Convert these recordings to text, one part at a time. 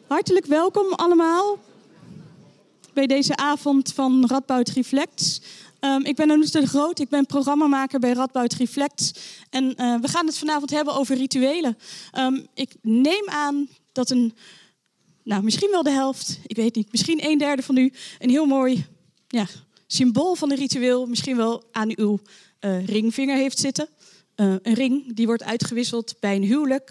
Hartelijk welkom allemaal bij deze avond van Radboud Reflects. Ik ben Anoukta de Groot, ik ben programmamaker bij Radboud Reflects. En we gaan het vanavond hebben over rituelen. Ik neem aan dat misschien wel de helft, ik weet niet, misschien 1/3 van u een heel mooi symbool van een ritueel misschien wel aan uw ringvinger heeft zitten. Een ring die wordt uitgewisseld bij een huwelijk.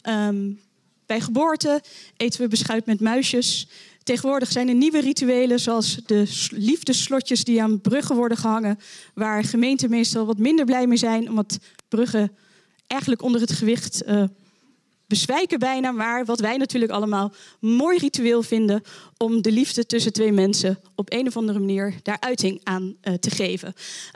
Bij geboorte eten we beschuit met muisjes. Tegenwoordig zijn er nieuwe rituelen zoals de liefdesslotjes die aan bruggen worden gehangen, waar gemeenten meestal wat minder blij mee zijn, omdat bruggen eigenlijk onder het gewicht bezwijken bijna. Maar wat wij natuurlijk allemaal een mooi ritueel vinden om de liefde tussen twee mensen op een of andere manier daar uiting aan te geven.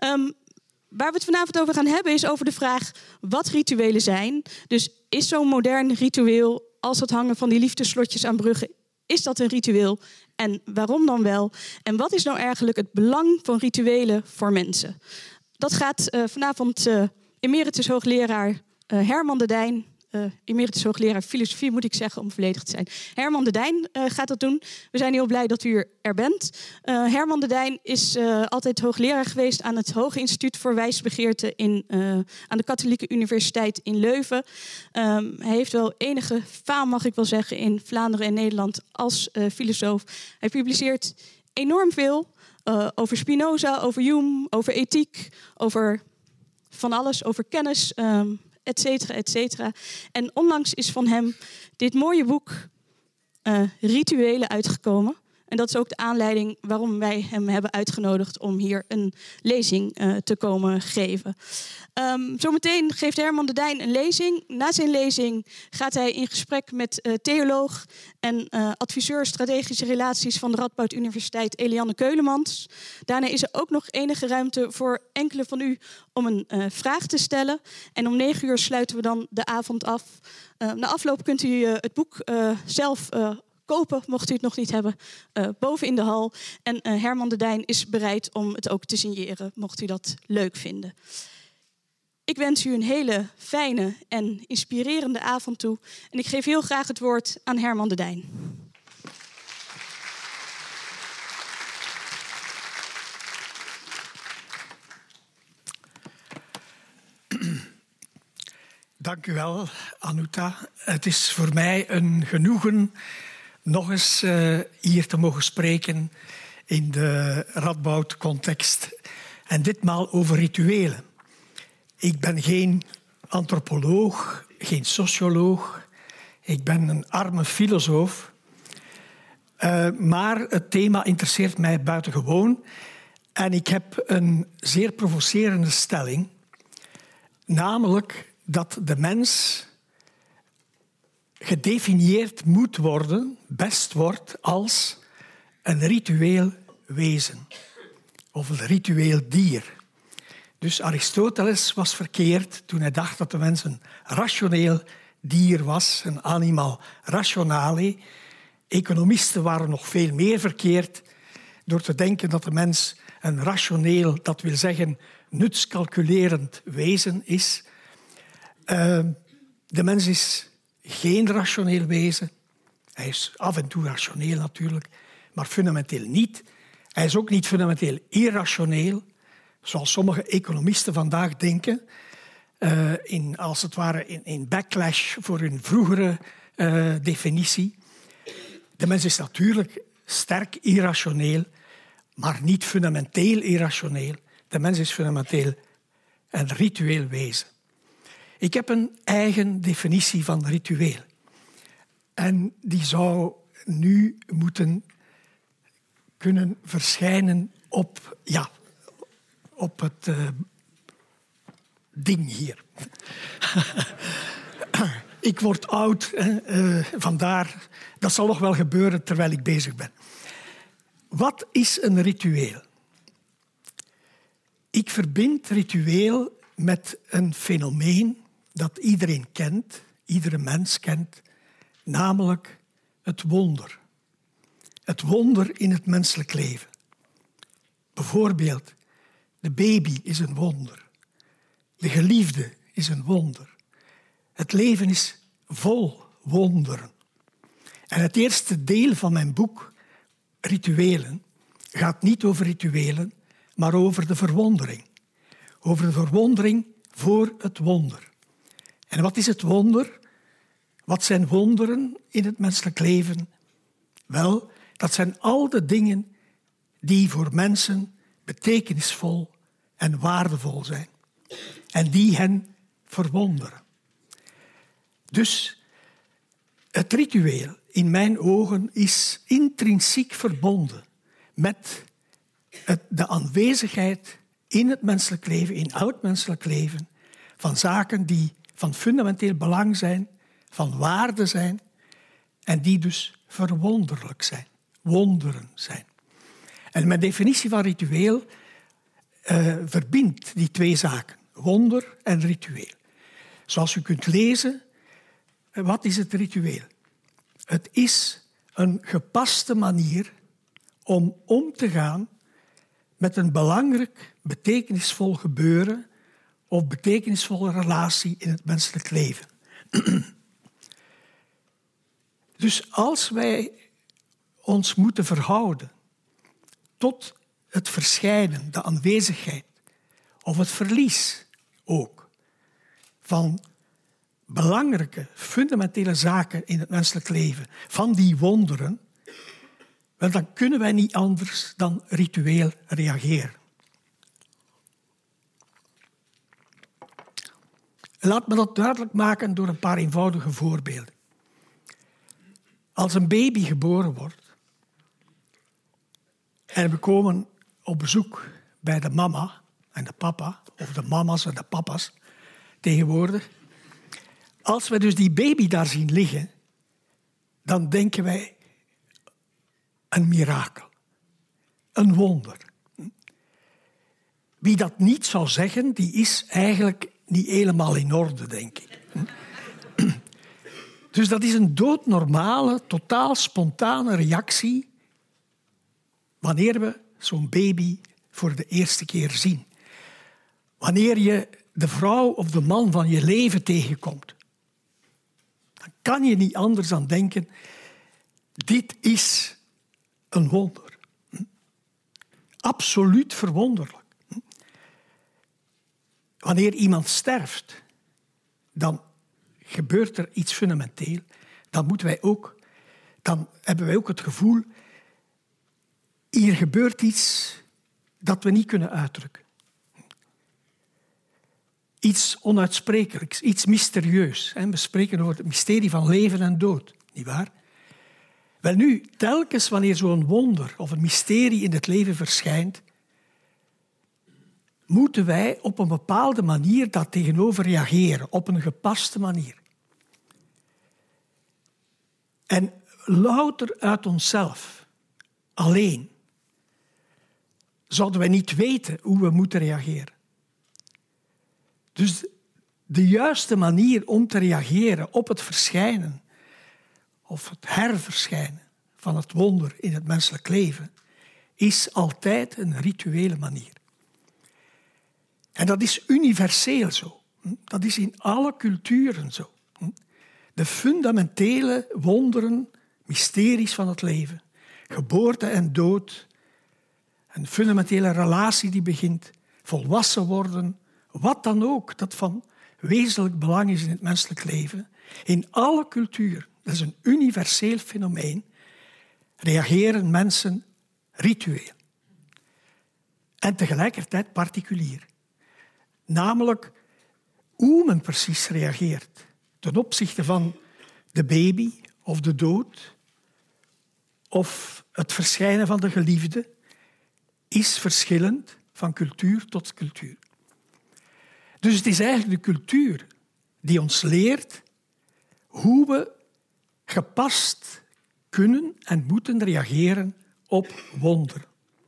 Waar we het vanavond over gaan hebben is over de vraag wat rituelen zijn. Dus is zo'n modern ritueel als het hangen van die liefdesslotjes aan bruggen, is dat een ritueel? En waarom dan wel? En wat is nou eigenlijk het belang van rituelen voor mensen? Dat gaat vanavond emeritus hoogleraar Herman de Dijn, emeritus hoogleraar filosofie moet ik zeggen om volledig te zijn. Herman de Dijn gaat dat doen. We zijn heel blij dat u er bent. Herman de Dijn is altijd hoogleraar geweest aan het Hoge Instituut voor Wijsbegeerte aan de Katholieke Universiteit in Leuven. Hij heeft wel enige faam, mag ik wel zeggen, in Vlaanderen en Nederland als filosoof. Hij publiceert enorm veel over Spinoza, over Hume, over ethiek, over van alles, over kennis, et cetera, et cetera. En onlangs is van hem dit mooie boek Rituelen uitgekomen. En dat is ook de aanleiding waarom wij hem hebben uitgenodigd om hier een lezing te komen geven. Zometeen geeft Herman de Dijn een lezing. Na zijn lezing gaat hij in gesprek met theoloog en adviseur strategische relaties van de Radboud Universiteit Eliane Keulemans. Daarna is er ook nog enige ruimte voor enkele van u om een vraag te stellen. En om 9 uur sluiten we dan de avond af. Na afloop kunt u het boek zelf kopen, mocht u het nog niet hebben, boven in de hal. En Herman de Dijn is bereid om het ook te signeren, mocht u dat leuk vinden. Ik wens u een hele fijne en inspirerende avond toe. En ik geef heel graag het woord aan Herman de Dijn. Dank u wel, Anoukta. Het is voor mij een genoegen nog eens hier te mogen spreken in de Radboud-context. En ditmaal over rituelen. Ik ben geen antropoloog, geen socioloog. Ik ben een arme filosoof. Maar het thema interesseert mij buitengewoon. En ik heb een zeer provocerende stelling. Namelijk dat de mens gedefinieerd moet worden, best wordt, als een ritueel wezen. Of een ritueel dier. Dus Aristoteles was verkeerd toen hij dacht dat de mens een rationeel dier was, een animal rationale. Economisten waren nog veel meer verkeerd door te denken dat de mens een rationeel, dat wil zeggen nutscalculerend wezen is. De mens is geen rationeel wezen. Hij is af en toe rationeel natuurlijk, maar fundamenteel niet. Hij is ook niet fundamenteel irrationeel, zoals sommige economisten vandaag denken, als het ware in backlash voor hun vroegere definitie. De mens is natuurlijk sterk irrationeel, maar niet fundamenteel irrationeel. De mens is fundamenteel een ritueel wezen. Ik heb een eigen definitie van ritueel. En die zou nu moeten kunnen verschijnen op het ding hier. Ik word oud, vandaar. Dat zal nog wel gebeuren terwijl ik bezig ben. Wat is een ritueel? Ik verbind ritueel met een fenomeen dat iedereen kent, iedere mens kent, namelijk het wonder. Het wonder in het menselijk leven. Bijvoorbeeld, de baby is een wonder. De geliefde is een wonder. Het leven is vol wonderen. En het eerste deel van mijn boek, Rituelen, gaat niet over rituelen, maar over de verwondering. Over de verwondering voor het wonder. En wat is het wonder? Wat zijn wonderen in het menselijk leven? Wel, dat zijn al de dingen die voor mensen betekenisvol en waardevol zijn. En die hen verwonderen. Dus het ritueel, in mijn ogen, is intrinsiek verbonden met de aanwezigheid in het menselijk leven, in oud menselijk leven, van zaken die van fundamenteel belang zijn, van waarde zijn en die dus verwonderlijk zijn, wonderen zijn. En mijn definitie van ritueel verbindt die twee zaken, wonder en ritueel. Zoals u kunt lezen, wat is het ritueel? Het is een gepaste manier om te gaan met een belangrijk, betekenisvol gebeuren of betekenisvolle relatie in het menselijk leven. Dus als wij ons moeten verhouden tot het verschijnen, de aanwezigheid of het verlies ook van belangrijke, fundamentele zaken in het menselijk leven, van die wonderen, wel, dan kunnen wij niet anders dan ritueel reageren. Laat me dat duidelijk maken door een paar eenvoudige voorbeelden. Als een baby geboren wordt en we komen op bezoek bij de mama en de papa, of de mama's en de papa's tegenwoordig. Als we dus die baby daar zien liggen, dan denken wij een mirakel, een wonder. Wie dat niet zou zeggen, die is eigenlijk niet helemaal in orde, denk ik. Dus dat is een doodnormale, totaal spontane reactie wanneer we zo'n baby voor de eerste keer zien. Wanneer je de vrouw of de man van je leven tegenkomt, dan kan je niet anders dan denken, dit is een wonder. Absoluut verwonderlijk. Wanneer iemand sterft, dan gebeurt er iets fundamenteel. Dan hebben wij ook het gevoel, hier gebeurt iets dat we niet kunnen uitdrukken. Iets onuitsprekelijks, iets mysterieus. We spreken over het mysterie van leven en dood, nietwaar? Wel nu, telkens wanneer zo'n wonder of een mysterie in het leven verschijnt, moeten wij op een bepaalde manier daar tegenover reageren, op een gepaste manier. En louter uit onszelf, alleen, zouden wij niet weten hoe we moeten reageren. Dus de juiste manier om te reageren op het verschijnen of het herverschijnen van het wonder in het menselijk leven is altijd een rituele manier. En dat is universeel zo. Dat is in alle culturen zo. De fundamentele wonderen, mysteries van het leven, geboorte en dood, een fundamentele relatie die begint, volwassen worden, wat dan ook dat van wezenlijk belang is in het menselijk leven, in alle culturen, dat is een universeel fenomeen, reageren mensen ritueel. En tegelijkertijd particulier. Namelijk hoe men precies reageert ten opzichte van de baby of de dood of het verschijnen van de geliefde is verschillend van cultuur tot cultuur. Dus het is eigenlijk de cultuur die ons leert hoe we gepast kunnen en moeten reageren op wonderen.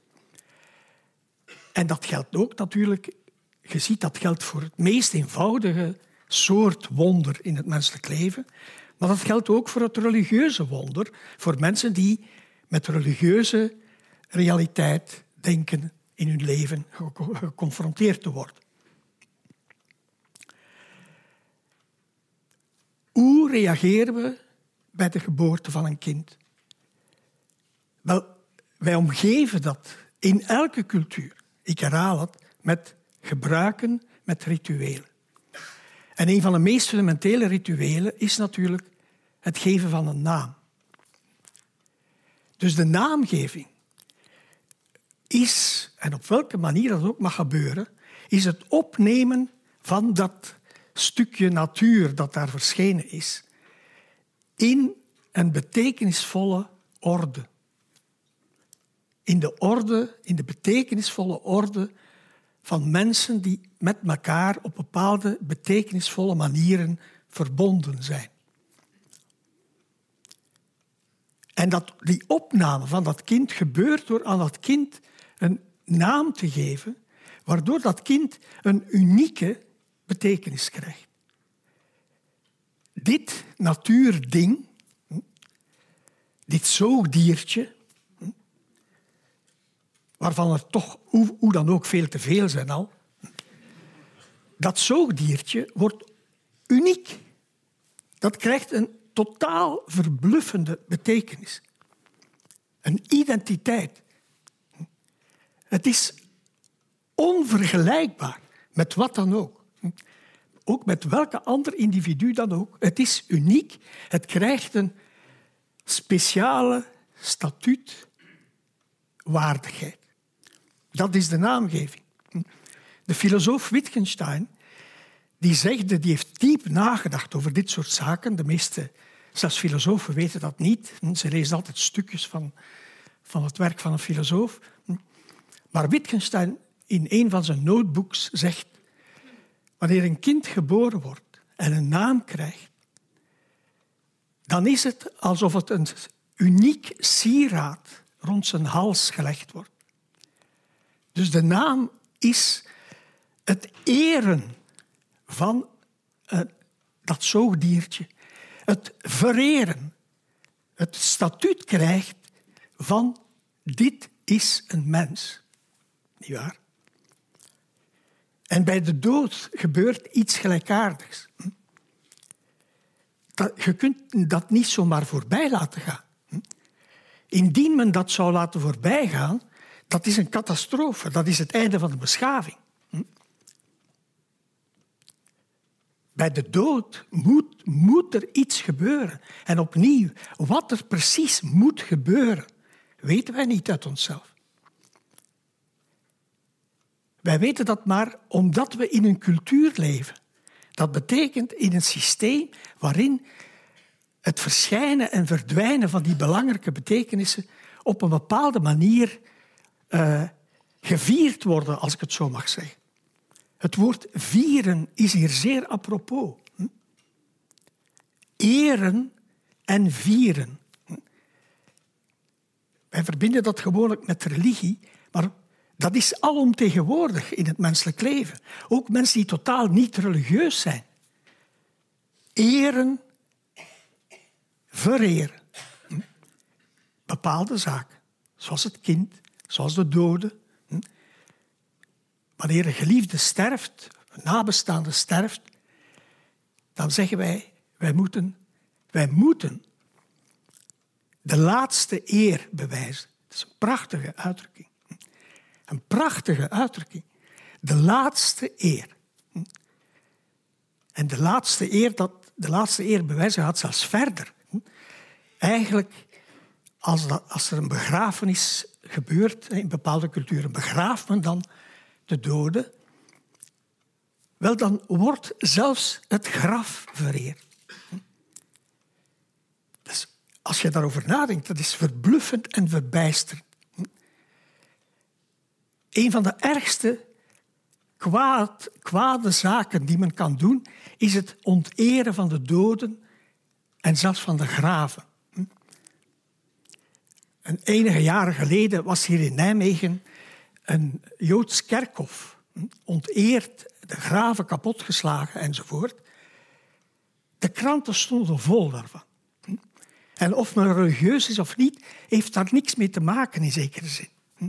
En dat geldt ook natuurlijk, je ziet dat geldt voor het meest eenvoudige soort wonder in het menselijk leven, maar dat geldt ook voor het religieuze wonder, voor mensen die met religieuze realiteit denken in hun leven geconfronteerd te worden. Hoe reageren we bij de geboorte van een kind? Wel, wij omgeven dat in elke cultuur, ik herhaal het, met gebruiken, met rituelen. En een van de meest fundamentele rituelen is natuurlijk het geven van een naam. Dus de naamgeving is, en op welke manier dat ook mag gebeuren, is het opnemen van dat stukje natuur dat daar verschenen is in een betekenisvolle orde. In de betekenisvolle orde van mensen die met elkaar op bepaalde betekenisvolle manieren verbonden zijn. En die opname van dat kind gebeurt door aan dat kind een naam te geven, waardoor dat kind een unieke betekenis krijgt. Dit natuurding, dit zoogdiertje, waarvan er toch hoe dan ook veel te veel zijn al, dat zoogdiertje wordt uniek. Dat krijgt een totaal verbluffende betekenis. Een identiteit. Het is onvergelijkbaar met wat dan ook. Ook met welke ander individu dan ook. Het is uniek. Het krijgt een speciale statuutwaardigheid. Dat is de naamgeving. De filosoof Wittgenstein die heeft diep nagedacht over dit soort zaken. De meeste, zelfs filosofen, weten dat niet. Ze lezen altijd stukjes van het werk van een filosoof. Maar Wittgenstein in een van zijn notebooks zegt: wanneer een kind geboren wordt en een naam krijgt, dan is het alsof het een uniek sieraad rond zijn hals gelegd wordt. Dus de naam is het eren van dat zoogdiertje. Het vereren. Het statuut krijgt van dit is een mens. Niet waar? En bij de dood gebeurt iets gelijkaardigs. Je kunt dat niet zomaar voorbij laten gaan. Indien men dat zou laten voorbijgaan, dat is een catastrofe. Dat is het einde van de beschaving. Bij de dood moet er iets gebeuren. En opnieuw, wat er precies moet gebeuren, weten wij niet uit onszelf. Wij weten dat maar omdat we in een cultuur leven. Dat betekent in een systeem waarin het verschijnen en verdwijnen van die belangrijke betekenissen op een bepaalde manier gevierd worden, als ik het zo mag zeggen. Het woord vieren is hier zeer apropos. Eren en vieren. Wij verbinden dat gewoonlijk met religie, maar dat is alomtegenwoordig in het menselijk leven. Ook mensen die totaal niet religieus zijn. Eren, vereren. Bepaalde zaken, zoals het kind, zoals de dode. Wanneer een geliefde sterft, een nabestaande sterft, dan zeggen wij moeten de laatste eer bewijzen. Dat is een prachtige uitdrukking. Een prachtige uitdrukking. De laatste eer. En de laatste eer bewijzen gaat zelfs verder. Eigenlijk, als er een begrafenis gebeurt, in bepaalde culturen begraaft men dan de doden, wel, dan wordt zelfs het graf vereerd. Dus als je daarover nadenkt, dat is verbluffend en verbijsterend. Een van de ergste kwade zaken die men kan doen, is het onteren van de doden en zelfs van de graven. En enige jaren geleden was hier in Nijmegen een Joods kerkhof. Onteerd, de graven kapotgeslagen enzovoort. De kranten stonden vol daarvan. En of men religieus is of niet, heeft daar niks mee te maken in zekere zin.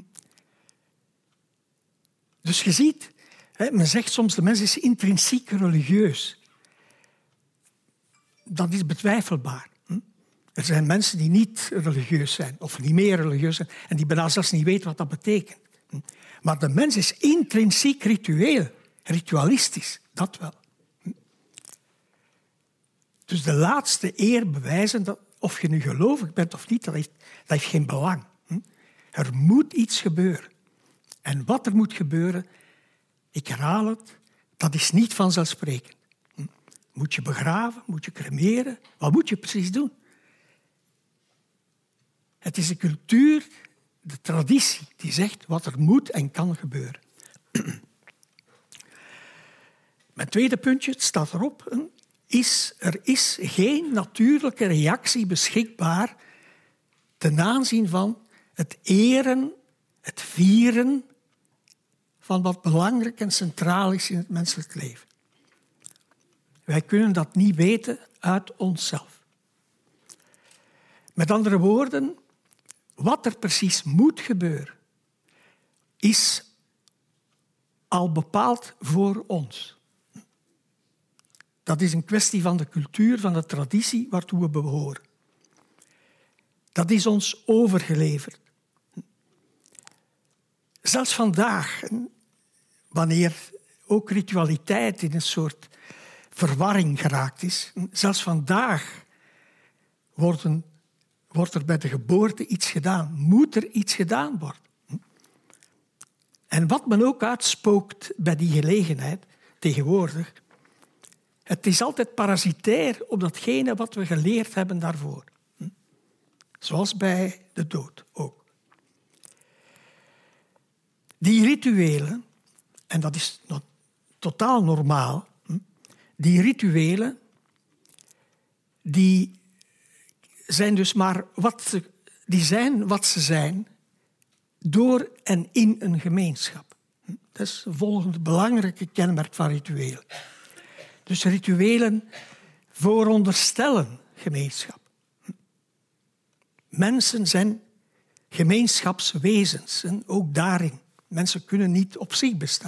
Dus je ziet, men zegt soms de mens is intrinsiek religieus. Dat is betwijfelbaar. Er zijn mensen die niet religieus zijn, of niet meer religieus zijn, en die bijna zelfs niet weten wat dat betekent. Maar de mens is intrinsiek ritueel, ritualistisch, dat wel. Dus de laatste eer bewijzen, dat, of je nu gelovig bent of niet, dat heeft geen belang. Er moet iets gebeuren. En wat er moet gebeuren, ik herhaal het, dat is niet vanzelfsprekend. Moet je begraven? Moet je cremeren? Wat moet je precies doen? Het is de cultuur, de traditie, die zegt wat er moet en kan gebeuren. Mijn tweede puntje, het staat erop, er is geen natuurlijke reactie beschikbaar ten aanzien van het eren, het vieren van wat belangrijk en centraal is in het menselijk leven. Wij kunnen dat niet weten uit onszelf. Met andere woorden, wat er precies moet gebeuren, is al bepaald voor ons. Dat is een kwestie van de cultuur, van de traditie waartoe we behoren. Dat is ons overgeleverd. Zelfs vandaag, wanneer ook ritualiteit in een soort verwarring geraakt is, zelfs vandaag wordt er bij de geboorte iets gedaan. Moet er iets gedaan worden? En wat men ook uitspookt bij die gelegenheid, tegenwoordig, het is altijd parasitair op datgene wat we geleerd hebben daarvoor. Zoals bij de dood ook. Die rituelen, en dat is totaal normaal, die rituelen, die zijn dus maar wat ze zijn door en in een gemeenschap. Dat is het volgende belangrijke kenmerk van rituelen. Dus rituelen veronderstellen gemeenschap. Mensen zijn gemeenschapswezens, en ook daarin. Mensen kunnen niet op zich bestaan.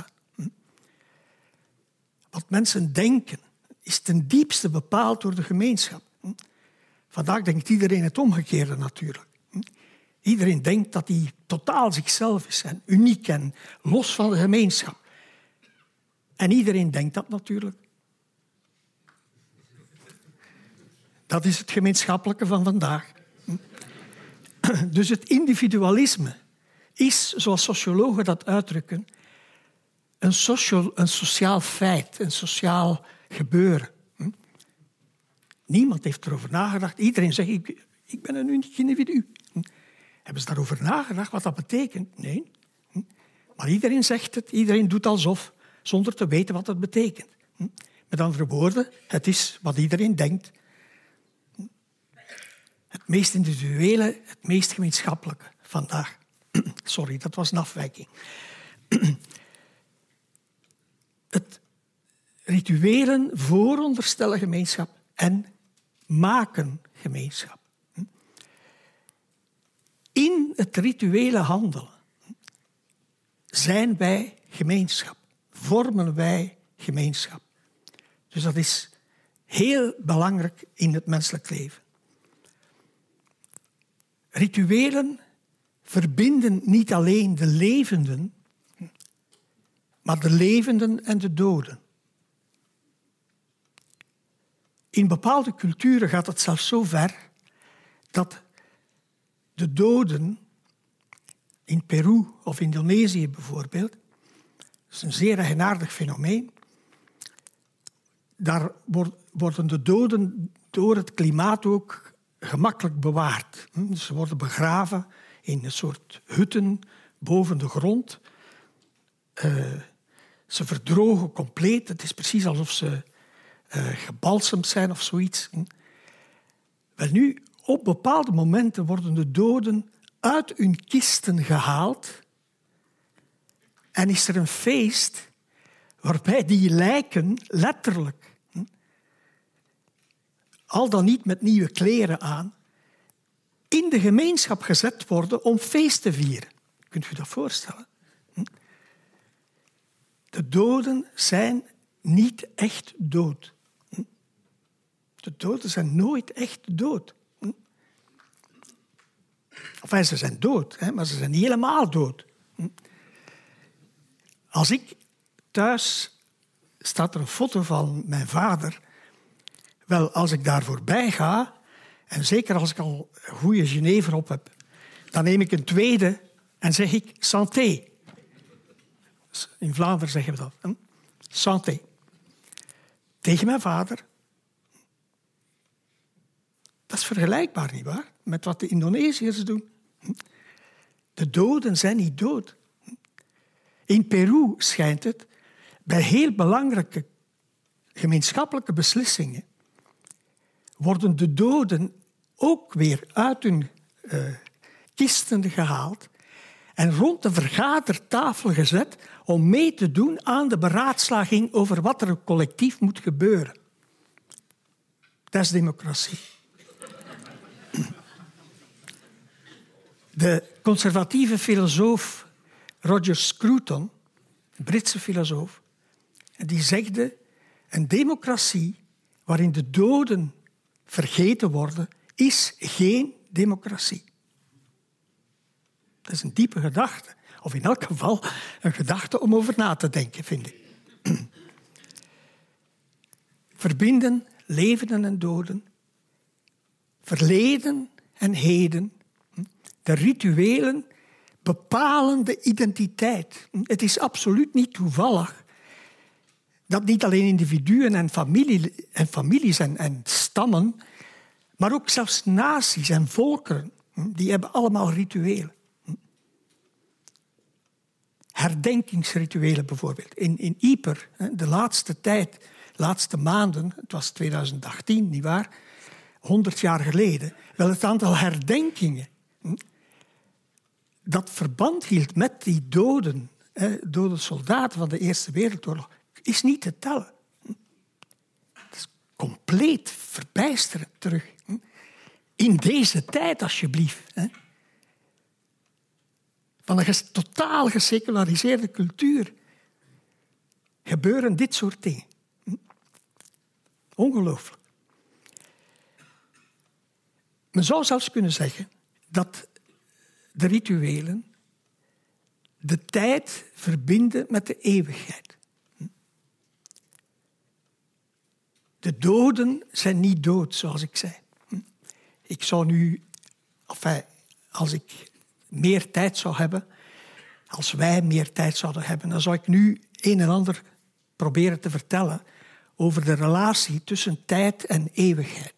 Wat mensen denken is ten diepste bepaald door de gemeenschap. Vandaag denkt iedereen het omgekeerde natuurlijk. Iedereen denkt dat hij totaal zichzelf is en uniek en los van de gemeenschap. En iedereen denkt dat natuurlijk. Dat is het gemeenschappelijke van vandaag. Dus het individualisme is, zoals sociologen dat uitdrukken, een sociaal feit, een sociaal gebeuren. Niemand heeft erover nagedacht. Iedereen zegt, ik ben een uniek individu. Hebben ze daarover nagedacht wat dat betekent? Nee. Maar iedereen zegt het, iedereen doet alsof, zonder te weten wat het betekent. Met andere woorden, het is wat iedereen denkt. Het meest individuele, het meest gemeenschappelijke vandaag. Sorry, dat was een afwijking. Het rituelen vooronderstellen gemeenschap en maken gemeenschap. In het rituele handelen zijn wij gemeenschap, vormen wij gemeenschap. Dus dat is heel belangrijk in het menselijk leven. Rituelen verbinden niet alleen de levenden, maar de levenden en de doden. In bepaalde culturen gaat het zelfs zo ver dat de doden, in Peru of Indonesië bijvoorbeeld, dat is een zeer eigenaardig fenomeen, daar worden de doden door het klimaat ook gemakkelijk bewaard. Ze worden begraven in een soort hutten boven de grond. Ze verdrogen compleet. Het is precies alsof ze gebalsemd zijn of zoiets. Wel nu, op bepaalde momenten worden de doden uit hun kisten gehaald en is er een feest waarbij die lijken letterlijk, al dan niet met nieuwe kleren aan, in de gemeenschap gezet worden om feest te vieren. Kunt u dat voorstellen? De doden zijn niet echt dood. De doden zijn nooit echt dood. Enfin, ze zijn dood, maar ze zijn niet helemaal dood. Als ik thuis... staat er een foto van mijn vader. Wel, als ik daar voorbij ga... en zeker als ik al een goede Genever op heb... dan neem ik een tweede en zeg ik santé. In Vlaanderen zeggen we dat. Santé. Tegen mijn vader. Dat is vergelijkbaar, nietwaar? Met wat de Indonesiërs doen. De doden zijn niet dood. In Peru schijnt het... bij heel belangrijke gemeenschappelijke beslissingen... worden de doden ook weer uit hun kisten gehaald... en rond de vergadertafel gezet om mee te doen aan de beraadslaging over wat er collectief moet gebeuren. Dat is democratie. De conservatieve filosoof Roger Scruton, een Britse filosoof, die zegde: een democratie waarin de doden vergeten worden, is geen democratie. Dat is een diepe gedachte. Of in elk geval een gedachte om over na te denken, vind ik. Verbinden levenden en doden. Verleden en heden. De rituelen bepalen de identiteit. Het is absoluut niet toevallig dat niet alleen individuen en families en stammen, maar ook zelfs naties en volkeren, die hebben allemaal rituelen. Herdenkingsrituelen bijvoorbeeld. In Ypres, de laatste maanden, het was 2018, nietwaar, 100 jaar geleden, wel het aantal herdenkingen dat verband hield met die dode soldaten van de Eerste Wereldoorlog, is niet te tellen. Het is compleet verbijsterend terug. In deze tijd, alsjeblieft. Van een totaal geseculariseerde cultuur gebeuren dit soort dingen. Ongelooflijk. Men zou zelfs kunnen zeggen dat de rituelen de tijd verbinden met de eeuwigheid. De doden zijn niet dood, zoals ik zei. Ik zou nu, als ik meer tijd zou hebben, als wij meer tijd zouden hebben, dan zou ik nu een en ander proberen te vertellen over de relatie tussen tijd en eeuwigheid.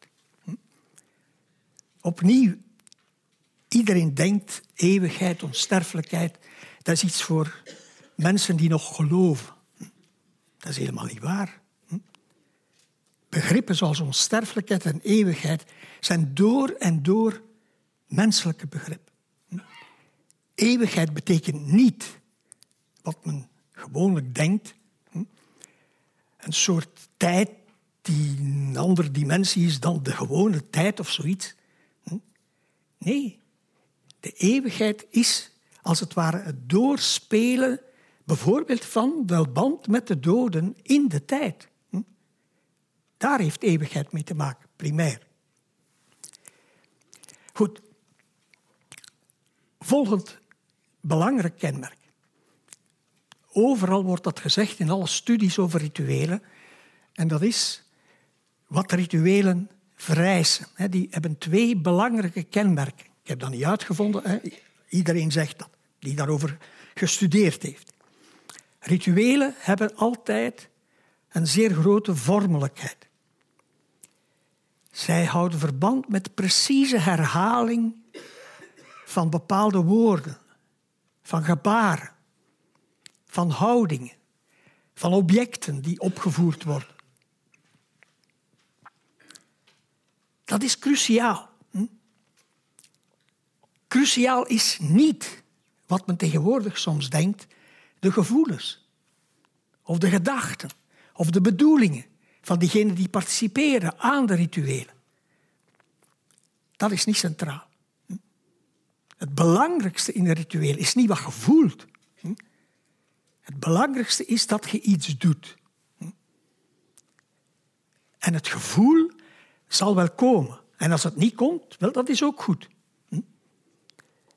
Opnieuw, iedereen denkt eeuwigheid, onsterfelijkheid, dat is iets voor mensen die nog geloven. Dat is helemaal niet waar. Begrippen zoals onsterfelijkheid en eeuwigheid zijn door en door menselijke begrippen. Eeuwigheid betekent niet wat men gewoonlijk denkt. Een soort tijd die een andere dimensie is dan de gewone tijd of zoiets. Nee, de eeuwigheid is als het ware het doorspelen bijvoorbeeld van de band met de doden in de tijd. Daar heeft eeuwigheid mee te maken, primair. Goed. Volgend belangrijk kenmerk. Overal wordt dat gezegd in alle studies over rituelen. En dat is wat rituelen vereisen. Die hebben 2 belangrijke kenmerken. Ik heb dat niet uitgevonden. Iedereen zegt dat, die daarover gestudeerd heeft. Rituelen hebben altijd een zeer grote vormelijkheid. Zij houden verband met precieze herhaling van bepaalde woorden, van gebaren, van houdingen, van objecten die opgevoerd worden. Dat is cruciaal. Cruciaal is niet, wat men tegenwoordig soms denkt, de gevoelens of de gedachten of de bedoelingen van diegenen die participeren aan de rituelen. Dat is niet centraal. Het belangrijkste in een ritueel is niet wat je voelt. Het belangrijkste is dat je iets doet. En het gevoel zal wel komen. En als het niet komt, wel, dat is ook goed.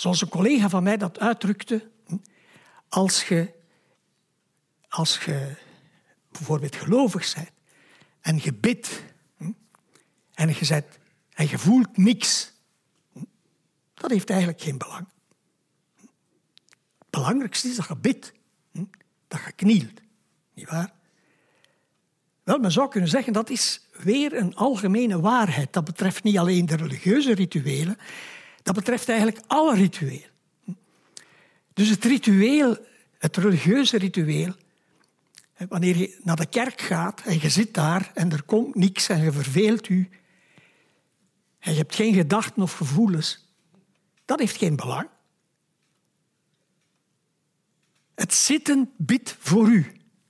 Zoals een collega van mij dat uitdrukte, als je bijvoorbeeld gelovig bent en je bidt en je voelt niks, dat heeft eigenlijk geen belang. Het belangrijkste is dat je bidt, dat je knielt. Niet waar? Wel, men zou kunnen zeggen dat is weer een algemene waarheid. Dat betreft niet alleen de religieuze rituelen, dat betreft eigenlijk alle rituelen. Dus het religieuze ritueel, wanneer je naar de kerk gaat en je zit daar en er komt niks en je verveelt je en je hebt geen gedachten of gevoelens, dat heeft geen belang. Het zitten bidt voor u.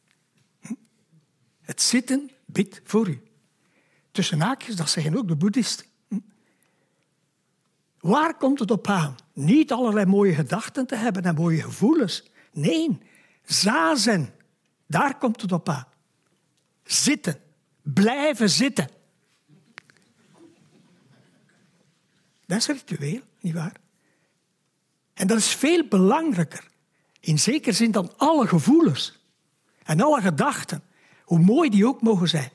Het zitten bidt voor u. Tussen haakjes, dat zeggen ook de boeddhisten. Waar komt het op aan? Niet allerlei mooie gedachten te hebben en mooie gevoelens. Nee, zazen. Daar komt het op aan. Zitten. Blijven zitten. Dat is ritueel, nietwaar? En dat is veel belangrijker, in zekere zin, dan alle gevoelens en alle gedachten, hoe mooi die ook mogen zijn.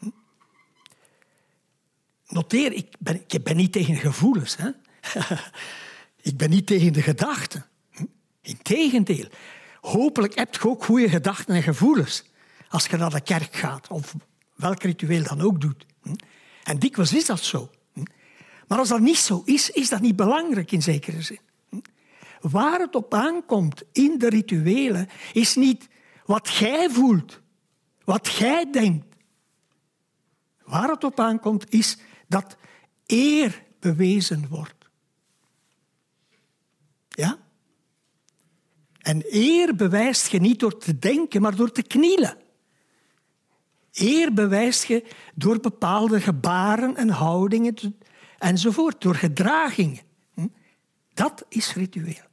Noteer, ik ben niet tegen gevoelens. Hè? Ik ben niet tegen de gedachten. Integendeel. Hopelijk heb je ook goede gedachten en gevoelens als je naar de kerk gaat, of welk ritueel dan ook doet. En dikwijls is dat zo. Maar als dat niet zo is, is dat niet belangrijk in zekere zin. Waar het op aankomt in de rituelen is niet wat jij voelt, wat jij denkt. Waar het op aankomt is dat eer bewezen wordt. Ja? En eer bewijst je niet door te denken, maar door te knielen. Eer bewijst je door bepaalde gebaren en houdingen enzovoort, door gedragingen. Dat is ritueel.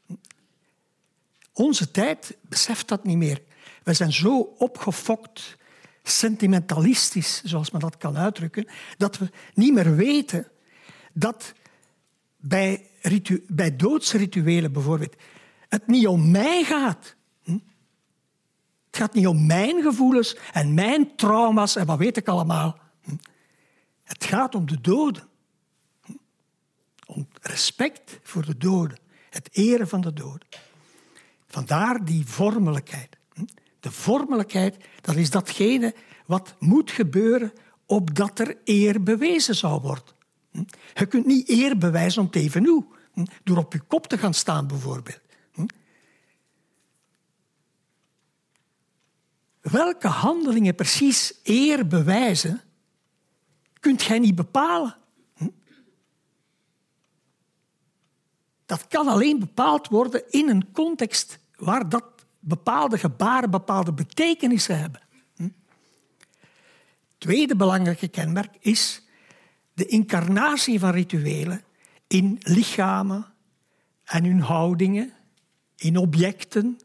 Onze tijd beseft dat niet meer. We zijn zo opgefokt, sentimentalistisch, zoals men dat kan uitdrukken, dat we niet meer weten dat bij doodsrituelen bijvoorbeeld het niet om mij gaat. Het gaat niet om mijn gevoelens en mijn trauma's en wat weet ik allemaal. Het gaat om de doden. Om respect voor de doden. Het eren van de doden. Vandaar die vormelijkheid. De vormelijkheid, dat is datgene wat moet gebeuren opdat er eer bewezen zou worden. Je kunt niet eer bewijzen om even hoe, door op je kop te gaan staan bijvoorbeeld. Welke handelingen precies eer bewijzen, kunt jij niet bepalen. Dat kan alleen bepaald worden in een context waar dat bepaalde gebaren bepaalde betekenissen hebben. Tweede belangrijke kenmerk is de incarnatie van rituelen in lichamen en hun houdingen, in objecten.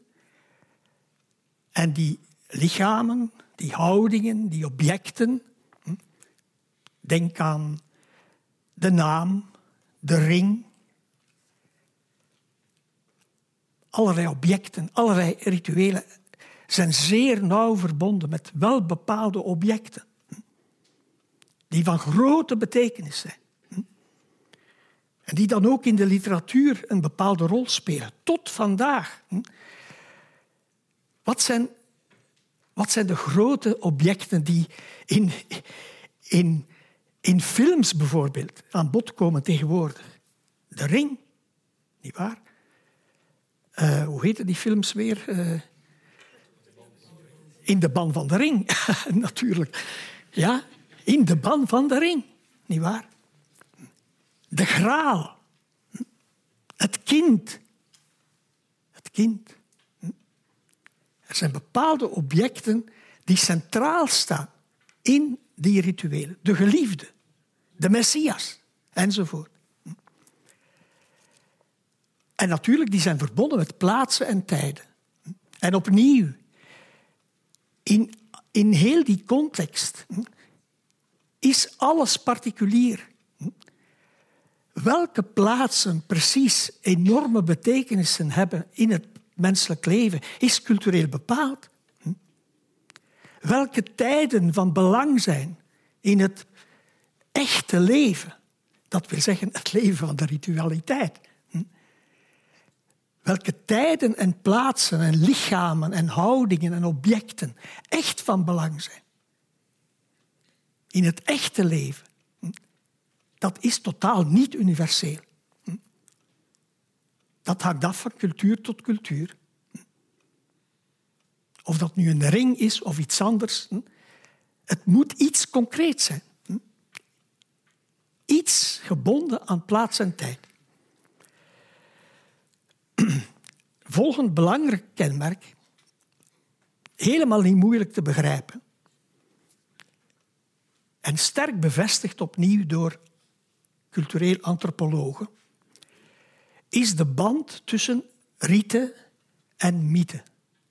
En die lichamen, die houdingen, die objecten, denk aan de naam, de ring, allerlei objecten, allerlei rituelen zijn zeer nauw verbonden met wel bepaalde objecten die van grote betekenis zijn. En die dan ook in de literatuur een bepaalde rol spelen, tot vandaag. Wat zijn de grote objecten die in films bijvoorbeeld aan bod komen tegenwoordig? De ring, nietwaar? Hoe heten die films weer? In de ban van de ring, natuurlijk. Ja, in de ban van de ring, nietwaar? De graal. Het kind. Het kind. Er zijn bepaalde objecten die centraal staan in die rituelen. De geliefde, de Messias, enzovoort. En natuurlijk, die zijn verbonden met plaatsen en tijden. En opnieuw, in heel die context is alles particulier. welke plaatsen precies enorme betekenissen hebben in het menselijk leven, is cultureel bepaald. Welke tijden van belang zijn in het echte leven, dat wil zeggen het leven van de ritualiteit. Welke tijden en plaatsen en lichamen en houdingen en objecten echt van belang zijn in het echte leven. Dat is totaal niet universeel. Dat hangt af van cultuur tot cultuur. Of dat nu een ring is of iets anders. Het moet iets concreets zijn. Iets gebonden aan plaats en tijd. Volgend belangrijk kenmerk, helemaal niet moeilijk te begrijpen en sterk bevestigd opnieuw door cultureel antropologen, is de band tussen rite en mythe.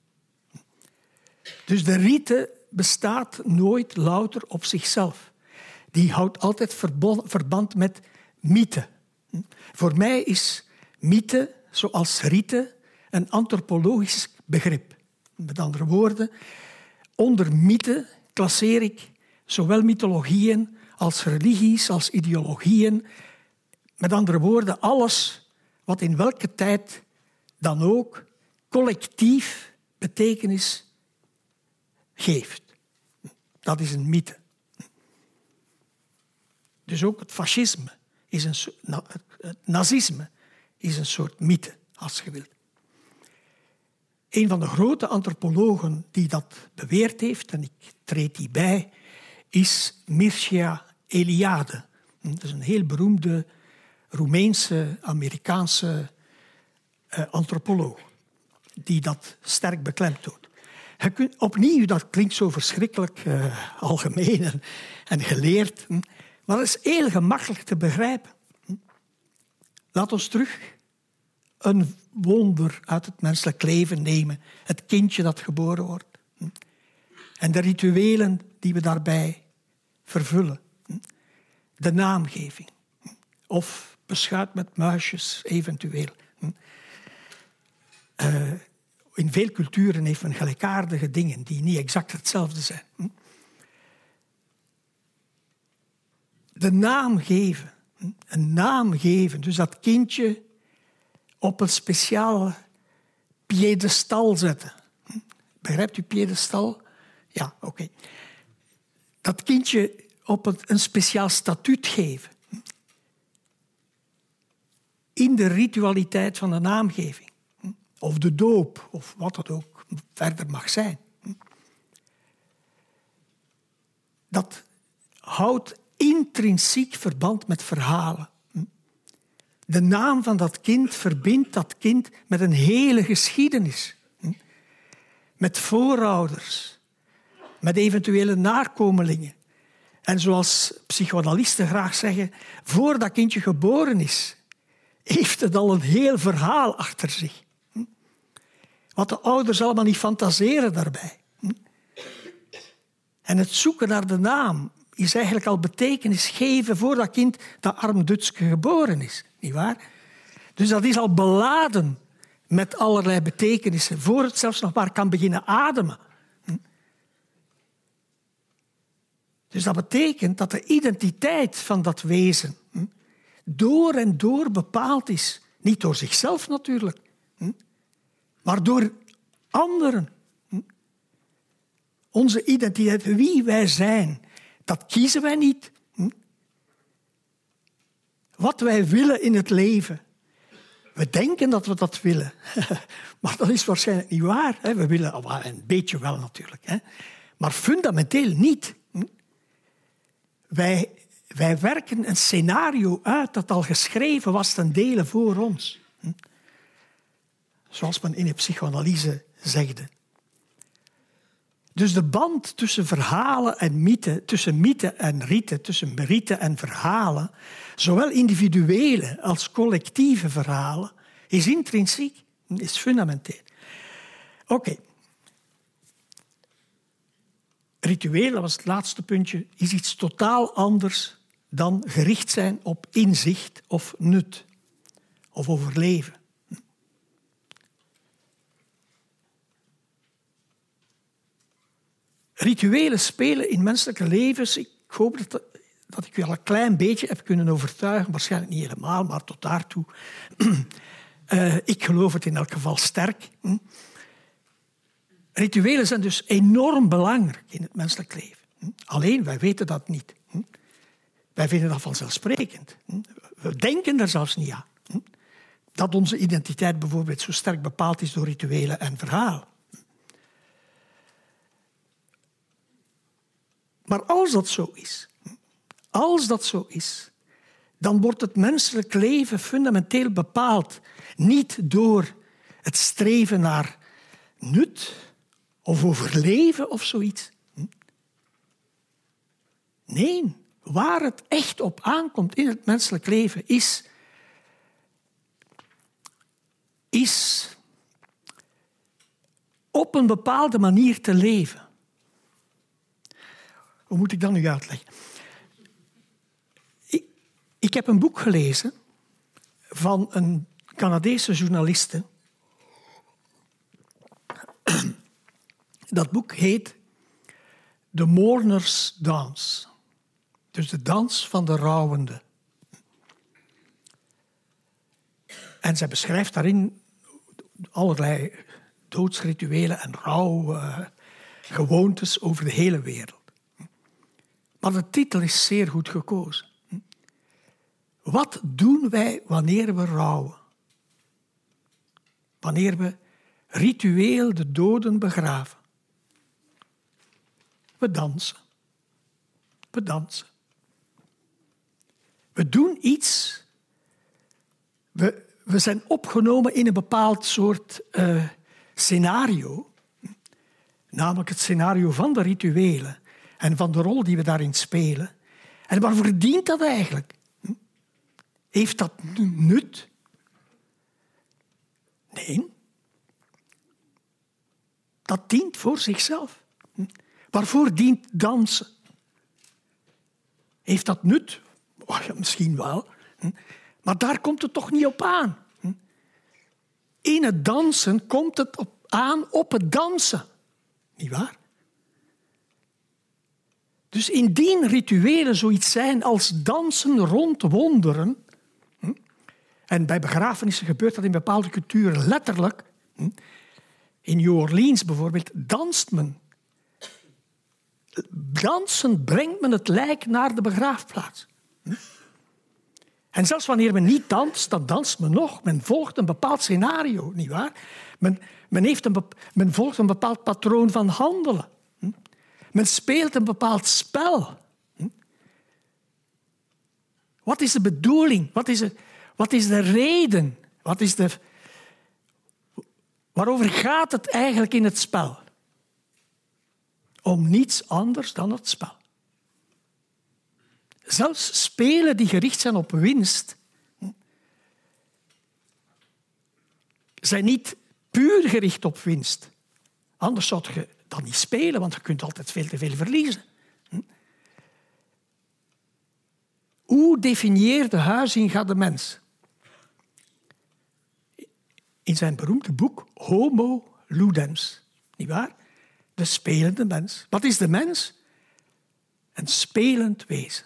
Dus de rite bestaat nooit louter op zichzelf. Die houdt altijd verband met mythe. Voor mij is mythe, zoals rite, een antropologisch begrip. Met andere woorden, onder mythe klasseer ik zowel mythologieën als religies, als ideologieën. Met andere woorden, alles wat in welke tijd dan ook collectief betekenis geeft. Dat is een mythe. Dus ook het fascisme, het nazisme is een soort mythe, als je wilt. Een van de grote antropologen die dat beweerd heeft, en ik treed die bij, is Mircea Eliade. Dat is een heel beroemde Roemeense, Amerikaanse antropoloog die dat sterk beklemtoont. Opnieuw, dat klinkt zo verschrikkelijk algemeen en geleerd, maar dat is heel gemakkelijk te begrijpen. Laat ons terug een wonder uit het menselijk leven nemen. Het kindje dat geboren wordt. En de rituelen die we daarbij vervullen. De naamgeving. Of beschuit met muisjes, eventueel. In veel culturen heeft men gelijkaardige dingen die niet exact hetzelfde zijn. De naam geven. Een naam geven. Dus dat kindje op een speciaal piedestal zetten. Begrijpt u piedestal? Ja, oké. Dat kindje op een speciaal statuut geven. In de ritualiteit van de naamgeving. Of de doop, of wat het ook verder mag zijn. Dat houdt intrinsiek verband met verhalen. De naam van dat kind verbindt dat kind met een hele geschiedenis. Met voorouders. Met eventuele nakomelingen. En zoals psychoanalisten graag zeggen, voor dat kindje geboren is, heeft het al een heel verhaal achter zich. Wat de ouders allemaal niet fantaseren daarbij. En het zoeken naar de naam is eigenlijk al betekenis geven voor dat kind dat arm Dutske geboren is. Niet waar? Dus dat is al beladen met allerlei betekenissen, voor het zelfs nog maar kan beginnen ademen. Dus dat betekent dat de identiteit van dat wezen door en door bepaald is. Niet door zichzelf natuurlijk, maar door anderen. Onze identiteit, wie wij zijn, dat kiezen wij niet. Wat wij willen in het leven. We denken dat we dat willen. Maar dat is waarschijnlijk niet waar. We willen een beetje wel natuurlijk. Maar fundamenteel niet. Wij werken een scenario uit dat al geschreven was ten dele voor ons. Zoals men in de psychoanalyse zegde. Dus de band tussen verhalen en mythe, tussen mythe en rite, tussen rite en verhalen, zowel individuele als collectieve verhalen, is intrinsiek, is fundamenteel. Oké. Ritueel, dat was het laatste puntje, is iets totaal anders dan gericht zijn op inzicht of nut of overleven. Rituelen spelen in menselijke levens. Ik hoop dat ik u al een klein beetje heb kunnen overtuigen. Waarschijnlijk niet helemaal, maar tot daartoe. Ik geloof het in elk geval sterk. Rituelen zijn dus enorm belangrijk in het menselijk leven. Alleen, wij weten dat niet. Wij vinden dat vanzelfsprekend. We denken er zelfs niet aan. Dat onze identiteit bijvoorbeeld zo sterk bepaald is door rituelen en verhalen. Maar als dat zo is, dan wordt het menselijk leven fundamenteel bepaald niet door het streven naar nut of overleven of zoiets. Nee, waar het echt op aankomt in het menselijk leven is op een bepaalde manier te leven. Hoe moet ik dat nu uitleggen? Ik heb een boek gelezen van een Canadese journaliste. Dat boek heet The Mourner's Dance. Dus de dans van de rouwende. En zij beschrijft daarin allerlei doodsrituelen en rouwgewoontes over de hele wereld. Maar de titel is zeer goed gekozen. Wat doen wij wanneer we rouwen? Wanneer we ritueel de doden begraven? We dansen. We dansen. We doen iets. We zijn opgenomen in een bepaald soort scenario. Namelijk het scenario van de rituelen. En van de rol die we daarin spelen. En waarvoor dient dat eigenlijk? Heeft dat nut? Nee. Dat dient voor zichzelf. Waarvoor dient dansen? Heeft dat nut? Oh ja, misschien wel. Maar daar komt het toch niet op aan. In het dansen komt het aan op het dansen. Niet waar? Dus indien rituelen zoiets zijn als dansen rond wonderen, en bij begrafenissen gebeurt dat in bepaalde culturen letterlijk. In New Orleans bijvoorbeeld danst men. Dansen brengt men het lijk naar de begraafplaats. En zelfs wanneer men niet danst, dan danst men nog. Men volgt een bepaald scenario, nietwaar? Men volgt een bepaald patroon van handelen. Men speelt een bepaald spel. Wat is de bedoeling? Wat is de reden? Waarover gaat het eigenlijk in het spel? Om niets anders dan het spel. Zelfs spelen die gericht zijn op winst zijn niet puur gericht op winst. Anders zou je dan niet spelen, want je kunt altijd veel te veel verliezen. Hoe definieerde Huizinga de mens? In zijn beroemde boek Homo Ludens. Niet waar? De spelende mens. Wat is de mens? Een spelend wezen.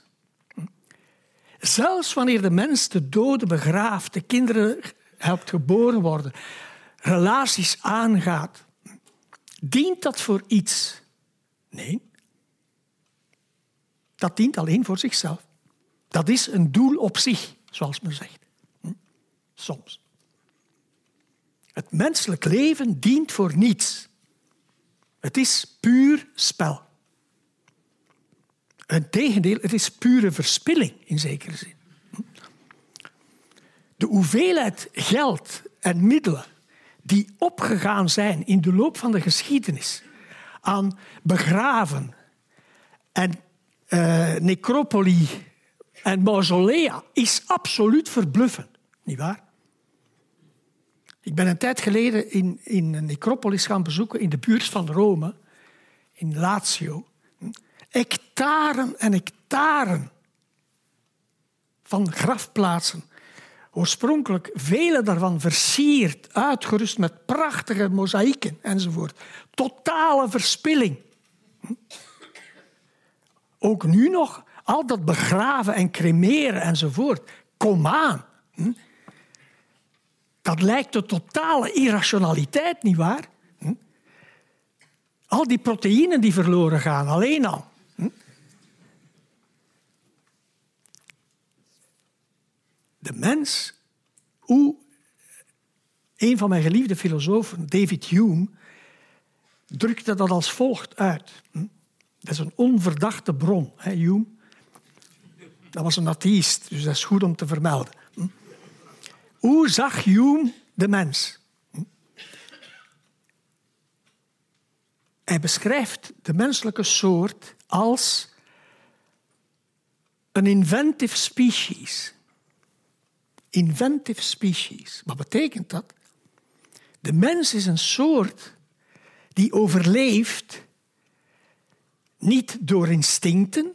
Zelfs wanneer de mens de doden begraaft, de kinderen helpt geboren worden, relaties aangaat, dient dat voor iets? Nee. Dat dient alleen voor zichzelf. Dat is een doel op zich, zoals men zegt. Soms. Het menselijk leven dient voor niets. Het is puur spel. Integendeel, het is pure verspilling in zekere zin. De hoeveelheid geld en middelen die opgegaan zijn in de loop van de geschiedenis aan begraven en necropoli en mausolea is absoluut verbluffend. Niet waar? Ik ben een tijd geleden in een necropolis gaan bezoeken in de buurt van Rome, in Lazio. Hectaren en hectaren van grafplaatsen. Oorspronkelijk vele daarvan versierd, uitgerust met prachtige mozaïeken enzovoort. Totale verspilling. Ook nu nog, al dat begraven en cremeren enzovoort. Kom aan. Dat lijkt de totale irrationaliteit, nietwaar? Al die proteïnen die verloren gaan, alleen al. De mens, een van mijn geliefde filosofen, David Hume, drukte dat als volgt uit. Dat is een onverdachte bron, Hume. Dat was een atheïst, dus dat is goed om te vermelden. Hoe zag Hume de mens? Hij beschrijft de menselijke soort als een inventive species. Inventive species. Wat betekent dat? De mens is een soort die overleeft niet door instincten,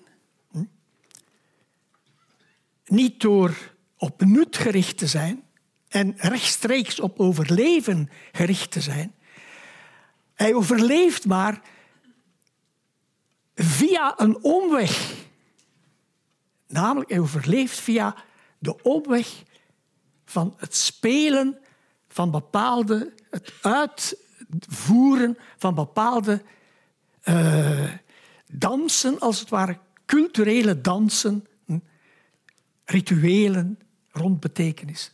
niet door op nut gericht te zijn en rechtstreeks op overleven gericht te zijn. Hij overleeft maar via een omweg. Namelijk, hij overleeft via de omweg van het spelen van bepaalde, het uitvoeren van bepaalde dansen, als het ware culturele dansen, rituelen rond betekenis.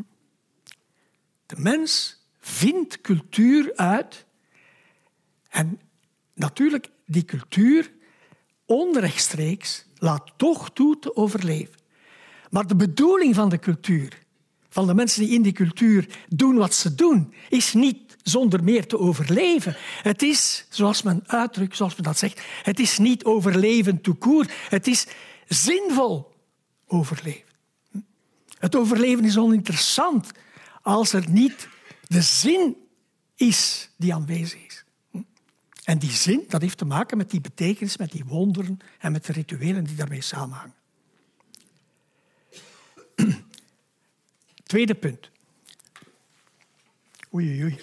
De mens vindt cultuur uit en natuurlijk die cultuur onrechtstreeks laat toch toe te overleven. Maar de bedoeling van de cultuur, van de mensen die in die cultuur doen wat ze doen, is niet zonder meer te overleven. Het is, zoals men uitdrukt, zoals men dat zegt, het is niet overleven tout court. Het is zinvol overleven. Het overleven is oninteressant als er niet de zin is die aanwezig is. En die zin, dat heeft te maken met die betekenis, met die wonderen en met de rituelen die daarmee samenhangen. Tweede punt. Oei.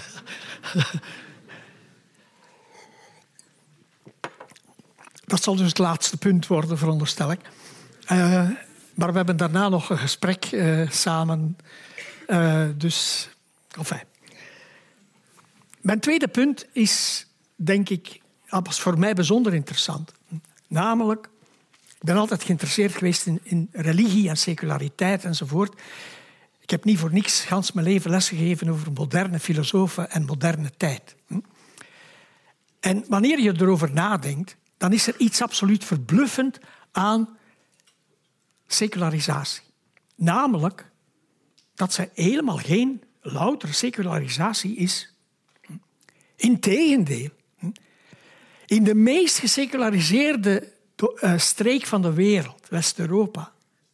Dat zal dus het laatste punt worden, veronderstel ik. Maar we hebben daarna nog een gesprek samen. Dus, enfin. Mijn tweede punt is, denk ik, was voor mij bijzonder interessant. Namelijk, ik ben altijd geïnteresseerd geweest in religie en seculariteit enzovoort. Ik heb niet voor niks gans mijn leven lesgegeven over moderne filosofen en moderne tijd. En wanneer je erover nadenkt, dan is er iets absoluut verbluffend aan secularisatie. Namelijk dat zij helemaal geen louter secularisatie is. Integendeel, in de meest geseculariseerde streek van de wereld, West-Europa,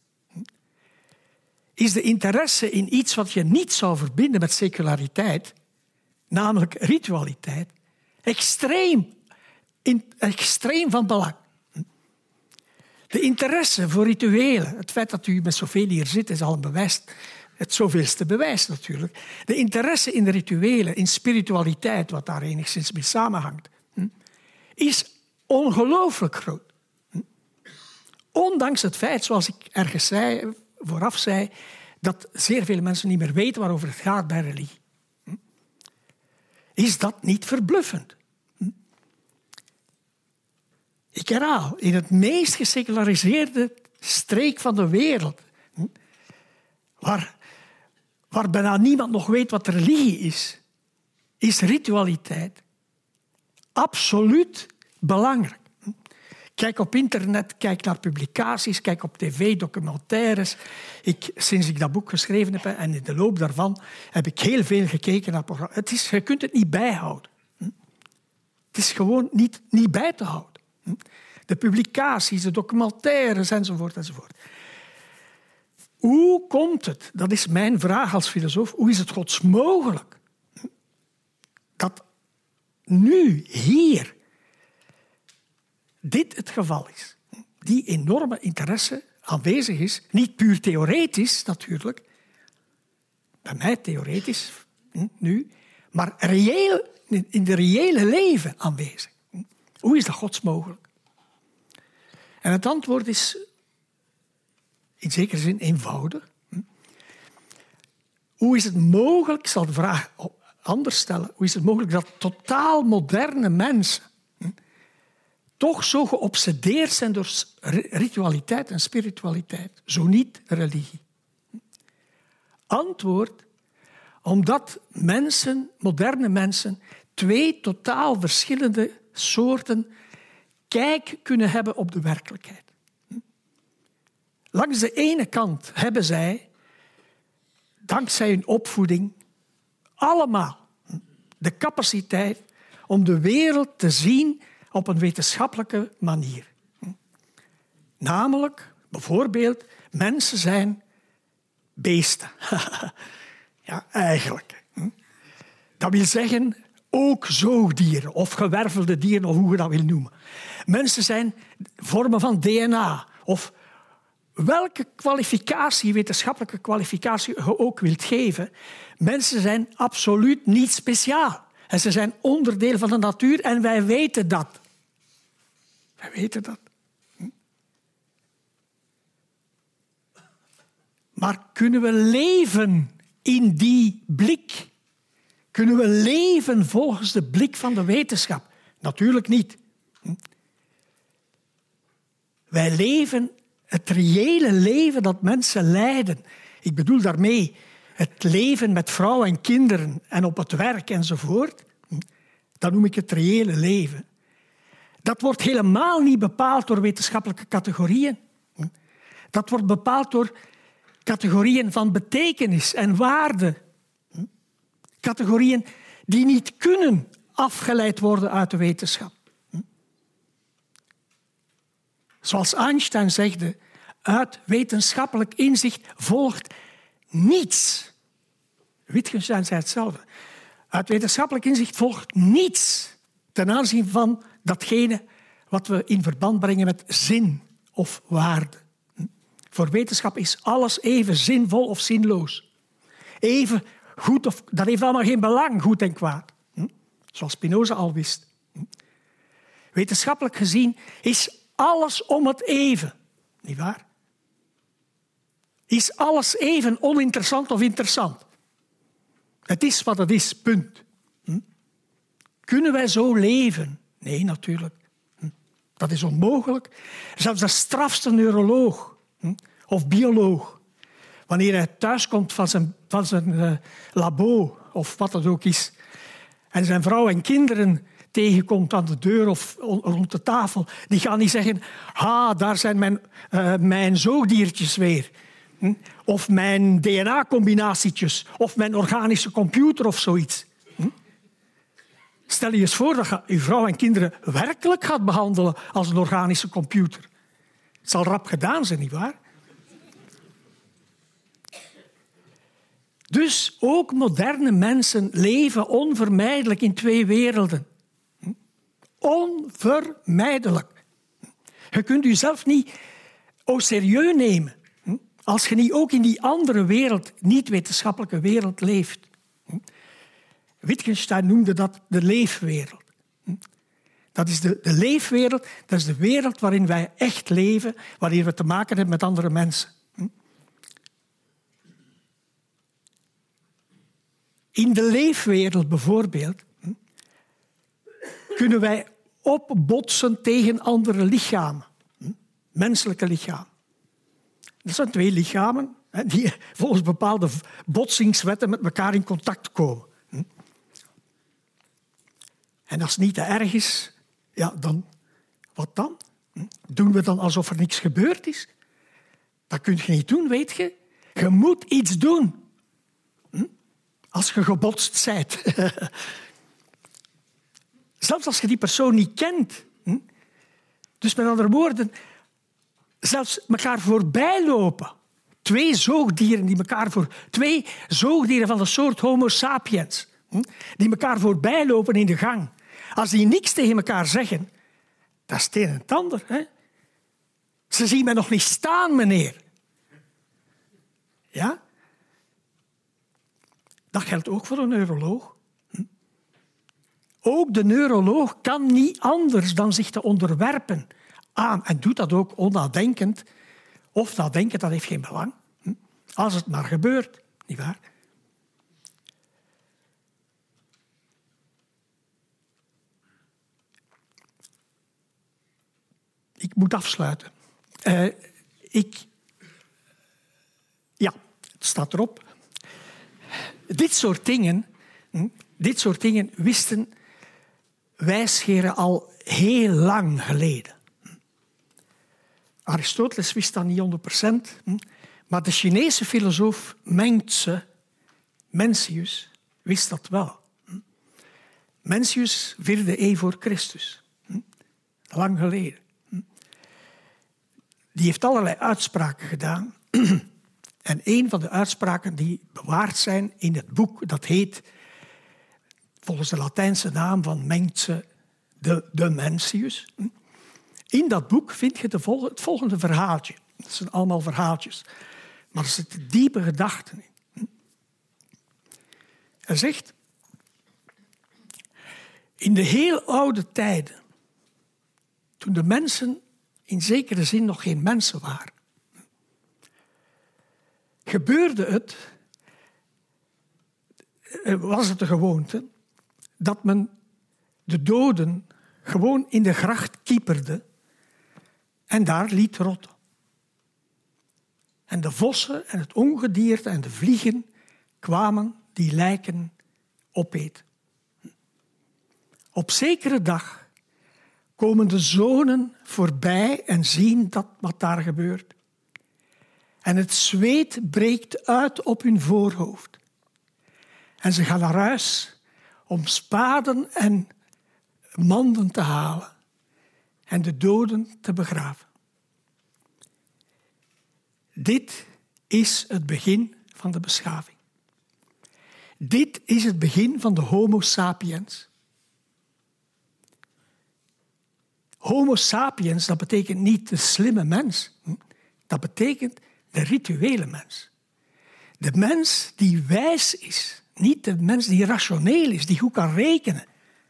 is de interesse in iets wat je niet zou verbinden met seculariteit, namelijk ritualiteit, extreem van belang. De interesse voor rituelen, het feit dat u met zoveel hier zit, is al een bewijs, het zoveelste bewijs natuurlijk. De interesse in de rituelen, in spiritualiteit, wat daar enigszins mee samenhangt, is ongelooflijk groot. Ondanks het feit, zoals ik ergens vooraf zei, dat zeer veel mensen niet meer weten waarover het gaat bij religie. Is dat niet verbluffend? Ik herhaal, in het meest geseculariseerde streek van de wereld, waar bijna niemand nog weet wat religie is ritualiteit absoluut belangrijk. Kijk op internet, kijk naar publicaties, kijk op tv, documentaires. Sinds ik dat boek geschreven heb en in de loop daarvan heb ik heel veel gekeken naar programma's. Je kunt het niet bijhouden. Het is gewoon niet bij te houden. De publicaties, de documentaires enzovoort enzovoort. Hoe komt het, dat is mijn vraag als filosoof, hoe is het gods mogelijk dat nu, hier, dit het geval is? Die enorme interesse aanwezig is. Niet puur theoretisch natuurlijk. Bij mij theoretisch nu. Maar reëel, in de reële leven aanwezig. Hoe is dat Gods mogelijk? En het antwoord is in zekere zin eenvoudig. Hoe is het mogelijk, ik zal de vraag anders stellen, hoe is het mogelijk dat totaal moderne mensen toch zo geobsedeerd zijn door ritualiteit en spiritualiteit, zo niet religie? Antwoord, omdat moderne mensen, twee totaal verschillende soorten kijk kunnen hebben op de werkelijkheid. Langs de ene kant hebben zij, dankzij hun opvoeding, allemaal de capaciteit om de wereld te zien op een wetenschappelijke manier. Namelijk, bijvoorbeeld, mensen zijn beesten. Ja, eigenlijk. Dat wil zeggen, ook zoogdieren of gewervelde dieren, of hoe je dat wil noemen. Mensen zijn vormen van DNA of welke kwalificatie, wetenschappelijke kwalificatie je ook wilt geven. Mensen zijn absoluut niet speciaal. En ze zijn onderdeel van de natuur en wij weten dat. Wij weten dat. Maar kunnen we leven in die blik? Kunnen we leven volgens de blik van de wetenschap? Natuurlijk niet. Wij leven het reële leven dat mensen leiden. Ik bedoel daarmee het leven met vrouw en kinderen en op het werk enzovoort. Dat noem ik het reële leven. Dat wordt helemaal niet bepaald door wetenschappelijke categorieën. Dat wordt bepaald door categorieën van betekenis en waarde. Categorieën die niet kunnen afgeleid worden uit de wetenschap. Zoals Einstein zegde, uit wetenschappelijk inzicht volgt niets. Wittgenstein zei hetzelfde. Uit wetenschappelijk inzicht volgt niets ten aanzien van datgene wat we in verband brengen met zin of waarde. Voor wetenschap is alles even zinvol of zinloos. Even goed of... Dat heeft allemaal geen belang, goed en kwaad. Zoals Spinoza al wist. Wetenschappelijk gezien is alles om het even. Niet waar? Is alles even oninteressant of interessant? Het is wat het is, punt. Kunnen wij zo leven? Nee, natuurlijk. Dat is onmogelijk. Zelfs de strafste neuroloog of bioloog, wanneer hij thuiskomt van zijn labo of wat het ook is, en zijn vrouw en kinderen tegenkomt aan de deur of rond de tafel, die gaan niet zeggen, daar zijn mijn zoogdiertjes weer. Of mijn DNA-combinatietjes. Of mijn organische computer of zoiets. Stel je eens voor dat je je vrouw en kinderen werkelijk gaat behandelen als een organische computer. Het zal rap gedaan zijn, nietwaar? Dus ook moderne mensen leven onvermijdelijk in twee werelden. Onvermijdelijk. Je kunt jezelf niet au sérieux nemen als je niet ook in die andere wereld, niet-wetenschappelijke wereld, leeft. Wittgenstein noemde dat de leefwereld. Dat is de leefwereld, dat is de wereld waarin wij echt leven, waarin we te maken hebben met andere mensen. In de leefwereld bijvoorbeeld kunnen wij opbotsen tegen andere lichamen. Menselijke lichamen. Dat zijn twee lichamen die volgens bepaalde botsingswetten met elkaar in contact komen. En als het niet te erg is, ja, dan, wat dan? Doen we dan alsof er niks gebeurd is? Dat kun je niet doen, weet je. Je moet iets doen. Als je gebotst bent. Zelfs als je die persoon niet kent. Dus met andere woorden, zelfs elkaar voorbij lopen. Twee zoogdieren van de soort Homo sapiens, die elkaar voorbij lopen in de gang. Als die niks tegen elkaar zeggen, dat is het een en het ander. Hè? Ze zien mij nog niet staan, meneer. Ja? Dat geldt ook voor een neuroloog. Ook de neuroloog kan niet anders dan zich te onderwerpen aan, en doet dat ook onnadenkend, of nadenken, dat heeft geen belang. Als het maar gebeurt, nietwaar? Ik moet afsluiten. Ja, het staat erop. Dit soort dingen wisten wijsgeren al heel lang geleden. Aristoteles wist dat niet 100%, maar de Chinese filosoof Mencius wist dat wel. Mencius 4e eeuw voor Christus. Lang geleden. Die heeft allerlei uitspraken gedaan. En een van de uitspraken die bewaard zijn in het boek, dat heet, volgens de Latijnse naam van Mencius, de Mencius. In dat boek vind je het volgende verhaaltje. Dat zijn allemaal verhaaltjes. Maar er zitten diepe gedachten in. Hij zegt, in de heel oude tijden, toen de mensen in zekere zin nog geen mensen waren, was het de gewoonte dat men de doden gewoon in de gracht kieperde en daar liet rotten. En de vossen en het ongedierte en de vliegen kwamen die lijken opeten. Op zekere dag komen de zonen voorbij en zien wat daar gebeurt. En het zweet breekt uit op hun voorhoofd. En ze gaan naar huis om spaden en manden te halen en de doden te begraven. Dit is het begin van de beschaving. Dit is het begin van de Homo sapiens. Homo sapiens, dat betekent niet de slimme mens. Dat betekent de rituele mens. De mens die wijs is. Niet de mens die rationeel is, die goed kan rekenen.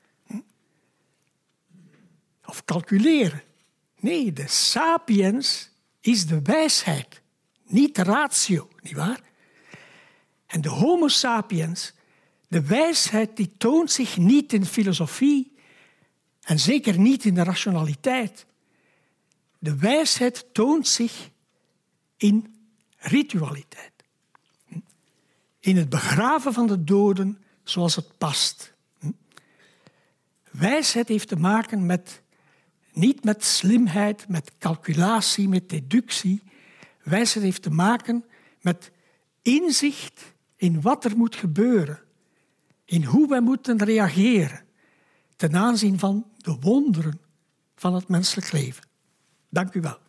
Of calculeren. Nee, de sapiens is de wijsheid. Niet de ratio, nietwaar? En de Homo sapiens, de wijsheid, die toont zich niet in filosofie en zeker niet in de rationaliteit. De wijsheid toont zich in ritualiteit. In het begraven van de doden zoals het past. Wijsheid heeft te maken niet met slimheid, met calculatie, met deductie. Wijsheid heeft te maken met inzicht in wat er moet gebeuren. In hoe wij moeten reageren ten aanzien van de wonderen van het menselijk leven. Dank u wel.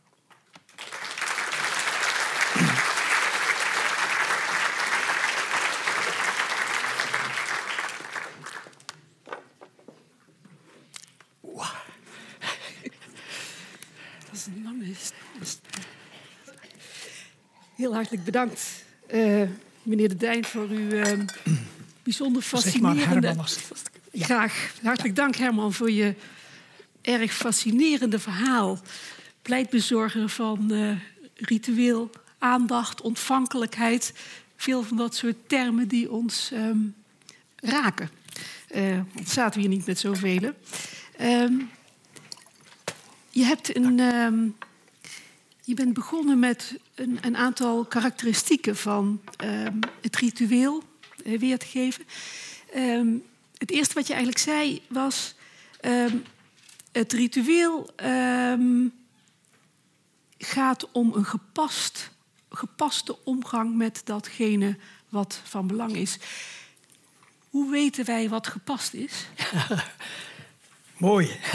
Dat is een lange. Heel hartelijk bedankt, meneer De Dijn, voor uw bijzonder fascinerende... Zeg maar Herman. Ja. Graag. Hartelijk dank, Herman, voor je erg fascinerende verhaal. Pleitbezorger van ritueel, aandacht, ontvankelijkheid. Veel van dat soort termen die ons raken. Want zaten we hier niet met zoveel. Je bent begonnen met een aantal karakteristieken van het ritueel weer te geven. Het eerste wat je eigenlijk zei was... het ritueel gaat om een gepaste omgang met datgene wat van belang is. Hoe weten wij wat gepast is? Mooi.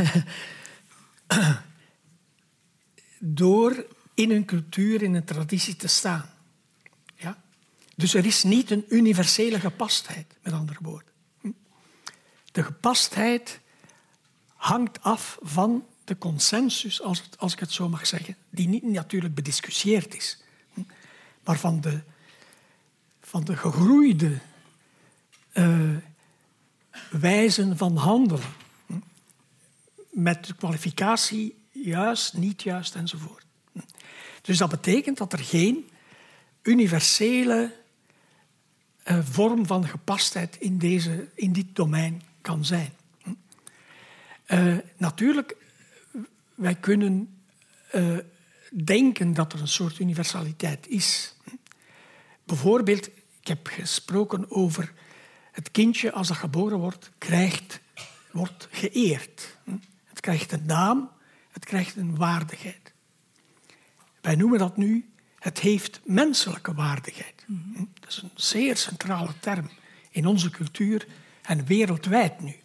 Door in een cultuur, in een traditie te staan. Ja? Dus er is niet een universele gepastheid, met andere woorden. De gepastheid hangt af van de consensus, als ik het zo mag zeggen, die niet natuurlijk bediscussieerd is, maar van de gegroeide wijzen van handelen, met de kwalificatie juist, niet juist enzovoort. Dus dat betekent dat er geen universele vorm van gepastheid in dit domein kan zijn. Natuurlijk, wij kunnen denken dat er een soort universaliteit is. Bijvoorbeeld, ik heb gesproken over het kindje als dat geboren wordt geëerd. Het krijgt een naam, het krijgt een waardigheid. Wij noemen dat nu, het heeft menselijke waardigheid. Dat is een zeer centrale term in onze cultuur en wereldwijd nu.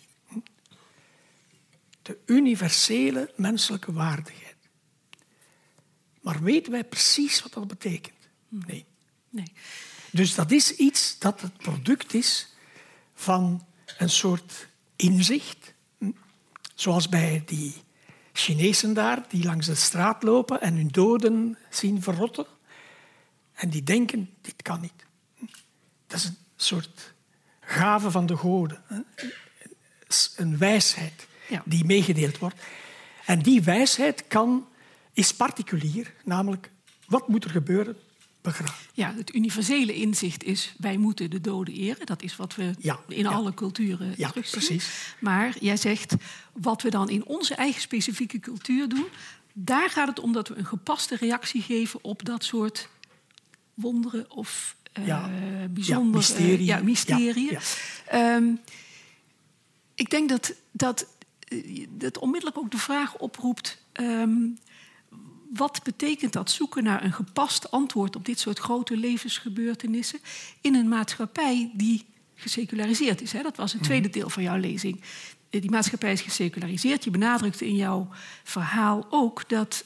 De universele menselijke waardigheid. Maar weten wij precies wat dat betekent? Nee. Dus dat is iets dat het product is van een soort inzicht. Zoals bij die Chinezen daar, die langs de straat lopen en hun doden zien verrotten. En die denken, dit kan niet. Dat is een soort gave van de goden. Een wijsheid die meegedeeld wordt. En die wijsheid is particulier, namelijk wat moet er gebeuren? Begraven. Ja, het universele inzicht is, wij moeten de doden eren. Dat is wat we in alle culturen terugzien. Precies. Maar jij zegt, wat we dan in onze eigen specifieke cultuur doen, daar gaat het om dat we een gepaste reactie geven op dat soort wonderen of bijzondere mysterieën. Ik denk dat onmiddellijk ook de vraag oproept, wat betekent dat zoeken naar een gepast antwoord op dit soort grote levensgebeurtenissen in een maatschappij die geseculariseerd is? Hè? Dat was het tweede deel van jouw lezing. Die maatschappij is geseculariseerd. Je benadrukte in jouw verhaal ook dat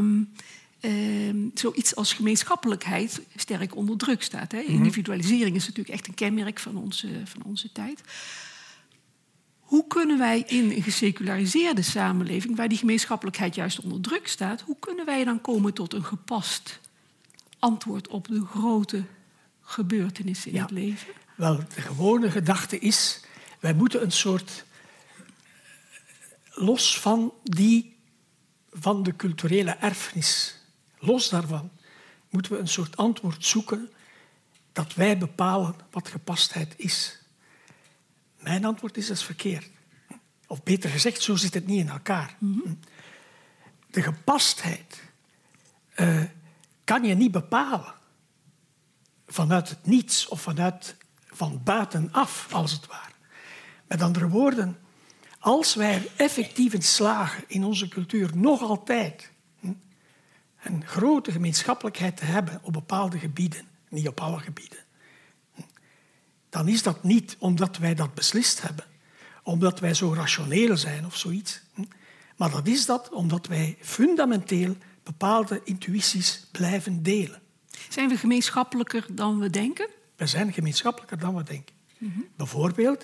zoiets als gemeenschappelijkheid sterk onder druk staat. Hè? Individualisering is natuurlijk echt een kenmerk van onze tijd. Hoe kunnen wij in een geseculariseerde samenleving, waar die gemeenschappelijkheid juist onder druk staat, hoe kunnen wij dan komen tot een gepast antwoord op de grote gebeurtenissen in het leven? Wel, de gewone gedachte is, wij moeten een soort, los van de culturele erfenis, los daarvan, moeten we een soort antwoord zoeken dat wij bepalen wat gepastheid is. Mijn antwoord is verkeerd. Of beter gezegd, zo zit het niet in elkaar. De gepastheid kan je niet bepalen vanuit het niets of van buitenaf, als het ware. Met andere woorden, als wij er effectief in slagen in onze cultuur nog altijd een grote gemeenschappelijkheid te hebben op bepaalde gebieden, niet op alle gebieden, dan is dat niet omdat wij dat beslist hebben, omdat wij zo rationeel zijn of zoiets. Maar dat is omdat wij fundamenteel bepaalde intuïties blijven delen. Zijn we gemeenschappelijker dan we denken? We zijn gemeenschappelijker dan we denken. Bijvoorbeeld,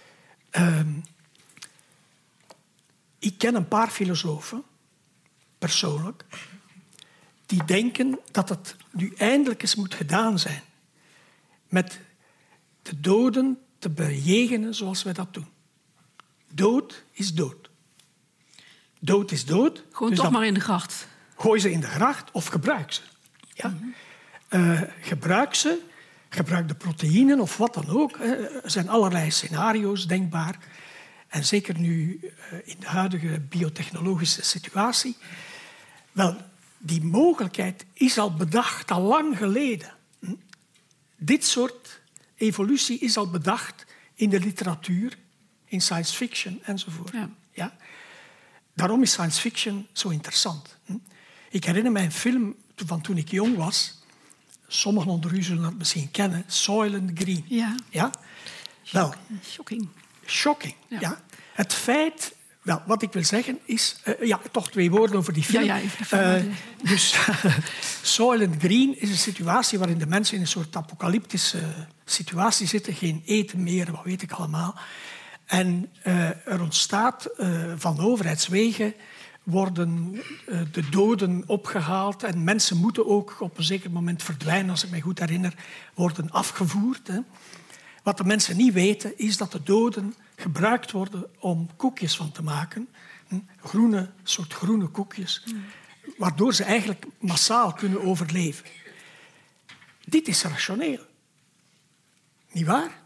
ik ken een paar filosofen, persoonlijk, die denken dat het nu eindelijk eens moet gedaan zijn met de doden te bejegenen zoals wij dat doen. Dood is dood. Dood is dood. Gewoon dus toch maar in de gracht. Gooi ze in de gracht of gebruik ze. Ja? Gebruik ze. Gebruik de proteïnen of wat dan ook. Er zijn allerlei scenario's denkbaar. En zeker nu in de huidige biotechnologische situatie. Wel, die mogelijkheid is al bedacht, al lang geleden. Dit soort evolutie is al bedacht in de literatuur, in science fiction enzovoort. Ja? Daarom is science fiction zo interessant. Ik herinner mij een film van toen ik jong was. Sommigen onder u zullen dat misschien kennen. Soylent Green. Ja? Wel, shocking. Ja. Het feit... Wel, wat ik wil zeggen is... toch 2 woorden over die film. Dus Soylent Green is een situatie waarin de mensen in een soort apocalyptische situatie zitten. Geen eten meer, wat weet ik allemaal. En er ontstaat van overheidswegen worden de doden opgehaald en mensen moeten ook op een zeker moment verdwijnen, als ik me goed herinner, worden afgevoerd. Hè. Wat de mensen niet weten, is dat de doden gebruikt worden om koekjes van te maken. Soort groene koekjes, waardoor ze eigenlijk massaal kunnen overleven. Dit is rationeel. Niet waar?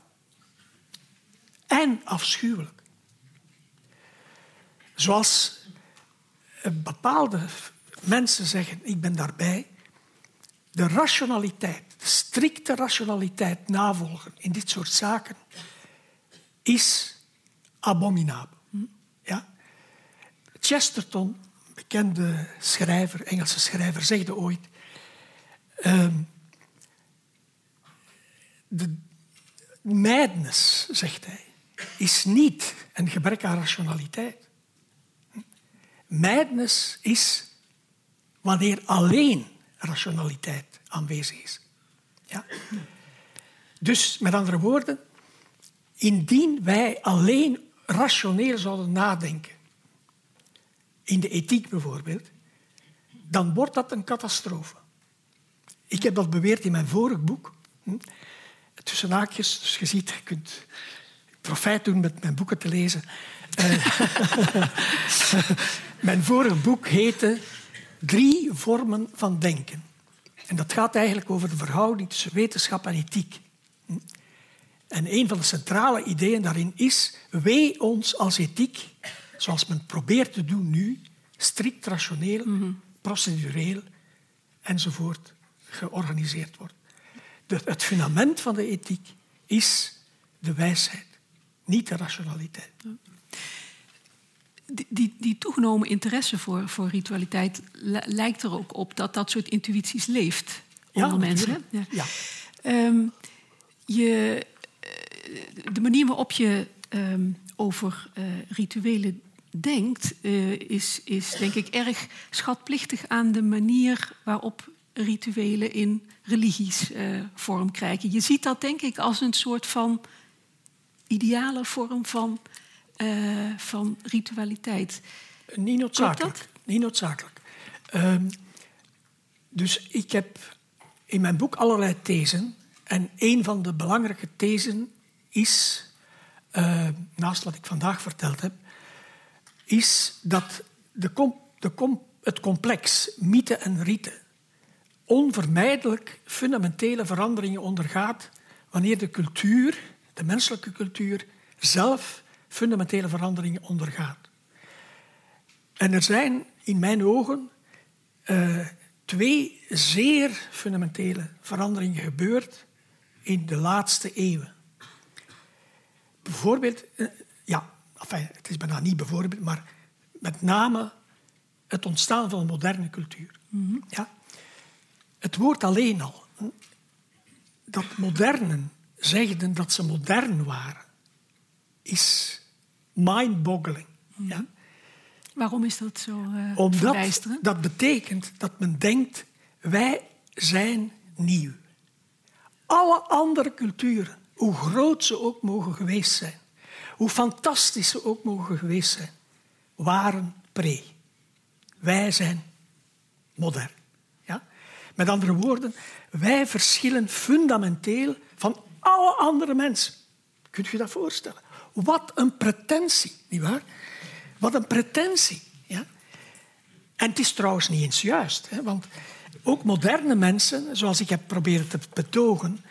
En afschuwelijk. Zoals bepaalde mensen zeggen, ik ben daarbij, de rationaliteit, de strikte rationaliteit navolgen in dit soort zaken is abominabel. Ja? Chesterton, bekende schrijver, Engelse schrijver, zegde ooit, de madness, zegt hij, is niet een gebrek aan rationaliteit. Madness is wanneer alleen rationaliteit aanwezig is. Ja? Dus, met andere woorden, indien wij alleen rationeel zouden nadenken, in de ethiek bijvoorbeeld, dan wordt dat een catastrofe. Ik heb dat beweerd in mijn vorig boek. Tussen haakjes, dus je ziet, je kunt profijt doen met mijn boeken te lezen. Mijn vorige boek heette 3 vormen van denken. En dat gaat eigenlijk over de verhouding tussen wetenschap en ethiek. En een van de centrale ideeën daarin is, wee ons als ethiek, zoals men probeert te doen nu, strikt rationeel, procedureel enzovoort georganiseerd wordt. Het fundament van de ethiek is de wijsheid, niet de rationaliteit. Die toegenomen interesse voor ritualiteit lijkt er ook op dat dat soort intuïties leeft onder mensen. Ja. De manier waarop je over rituelen denkt, is denk ik erg schatplichtig aan de manier waarop rituelen in religies vorm krijgen. Je ziet dat denk ik als een soort van ideale vorm van ritualiteit. Niet noodzakelijk. Niet noodzakelijk. Dus ik heb in mijn boek allerlei thesen. En een van de belangrijke thesen is, naast wat ik vandaag verteld heb, is dat het complex mythe en rite onvermijdelijk fundamentele veranderingen ondergaat wanneer de cultuur, de menselijke cultuur, zelf fundamentele veranderingen ondergaat. En er zijn in mijn ogen 2 zeer fundamentele veranderingen gebeurd in de laatste eeuwen. Bijvoorbeeld, het is bijna niet bijvoorbeeld, maar met name het ontstaan van een moderne cultuur. Ja? Het woord alleen al. Dat modernen zegden dat ze modern waren, is mind-boggling. Ja? Waarom is dat zo Omdat verbijsterend? Dat betekent dat men denkt, wij zijn nieuw. Alle andere culturen, hoe groot ze ook mogen geweest zijn, hoe fantastisch ze ook mogen geweest zijn, waren pre. Wij zijn modern. Ja? Met andere woorden, wij verschillen fundamenteel van alle andere mensen. Kunt u je dat voorstellen? Wat een pretentie, nietwaar? Wat een pretentie. Ja? En het is trouwens niet eens juist. Hè? Want ook moderne mensen, zoals ik heb proberen te betogen,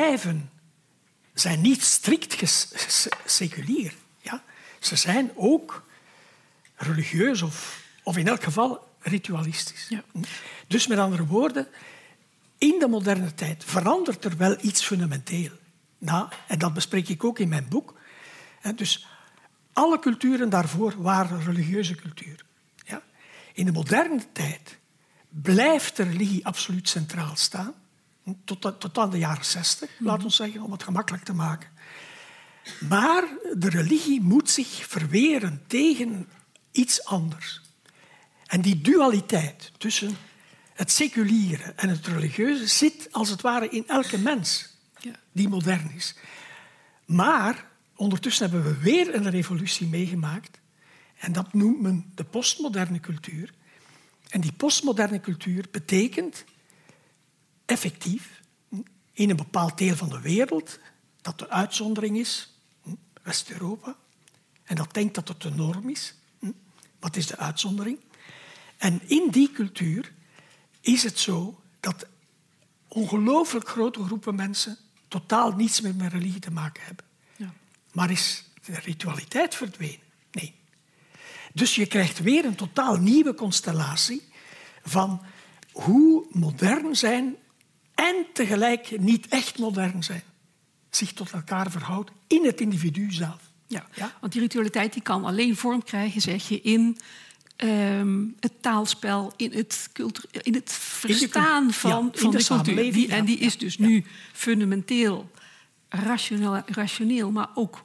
zijn niet strikt seculier. Ja? Ze zijn ook religieus of in elk geval ritualistisch. Ja. Dus met andere woorden, in de moderne tijd verandert er wel iets fundamenteel. En dat bespreek ik ook in mijn boek. Dus alle culturen daarvoor waren religieuze cultuur. Ja? In de moderne tijd blijft de religie absoluut centraal staan. Tot aan de jaren 60, laten we zeggen, om het gemakkelijk te maken. Maar de religie moet zich verweren tegen iets anders. En die dualiteit tussen het seculiere en het religieuze zit als het ware in elke mens die modern is. Maar ondertussen hebben we weer een revolutie meegemaakt. En dat noemt men de postmoderne cultuur. En die postmoderne cultuur betekent effectief in een bepaald deel van de wereld dat de uitzondering is, West-Europa, en dat denkt dat het de norm is. Wat is de uitzondering? En in die cultuur is het zo dat ongelooflijk grote groepen mensen totaal niets meer met religie te maken hebben. Ja. Maar is de ritualiteit verdwenen? Nee. Dus je krijgt weer een totaal nieuwe constellatie van hoe modern zijn en tegelijk niet echt modern zijn zich tot elkaar verhoudt in het individu zelf. Ja, want die ritualiteit die kan alleen vorm krijgen, zeg je, in het taalspel, in het verstaan van de cultuur. En die is dus nu fundamenteel rationeel, maar ook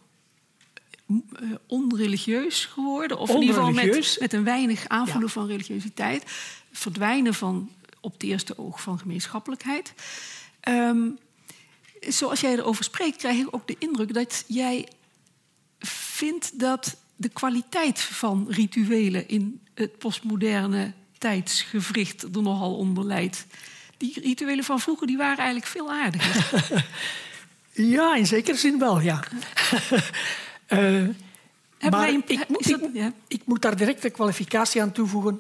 onreligieus geworden. Of in ieder geval met een weinig aanvoelen van religiositeit. Verdwijnen van, op het eerste oog, van gemeenschappelijkheid. Zoals jij erover spreekt, krijg ik ook de indruk dat jij vindt dat de kwaliteit van rituelen in het postmoderne tijdsgewricht er nogal onder leidt. Die rituelen van vroeger die waren eigenlijk veel aardiger. Ja, in zekere zin wel, ja. Maar ik moet daar direct een kwalificatie aan toevoegen.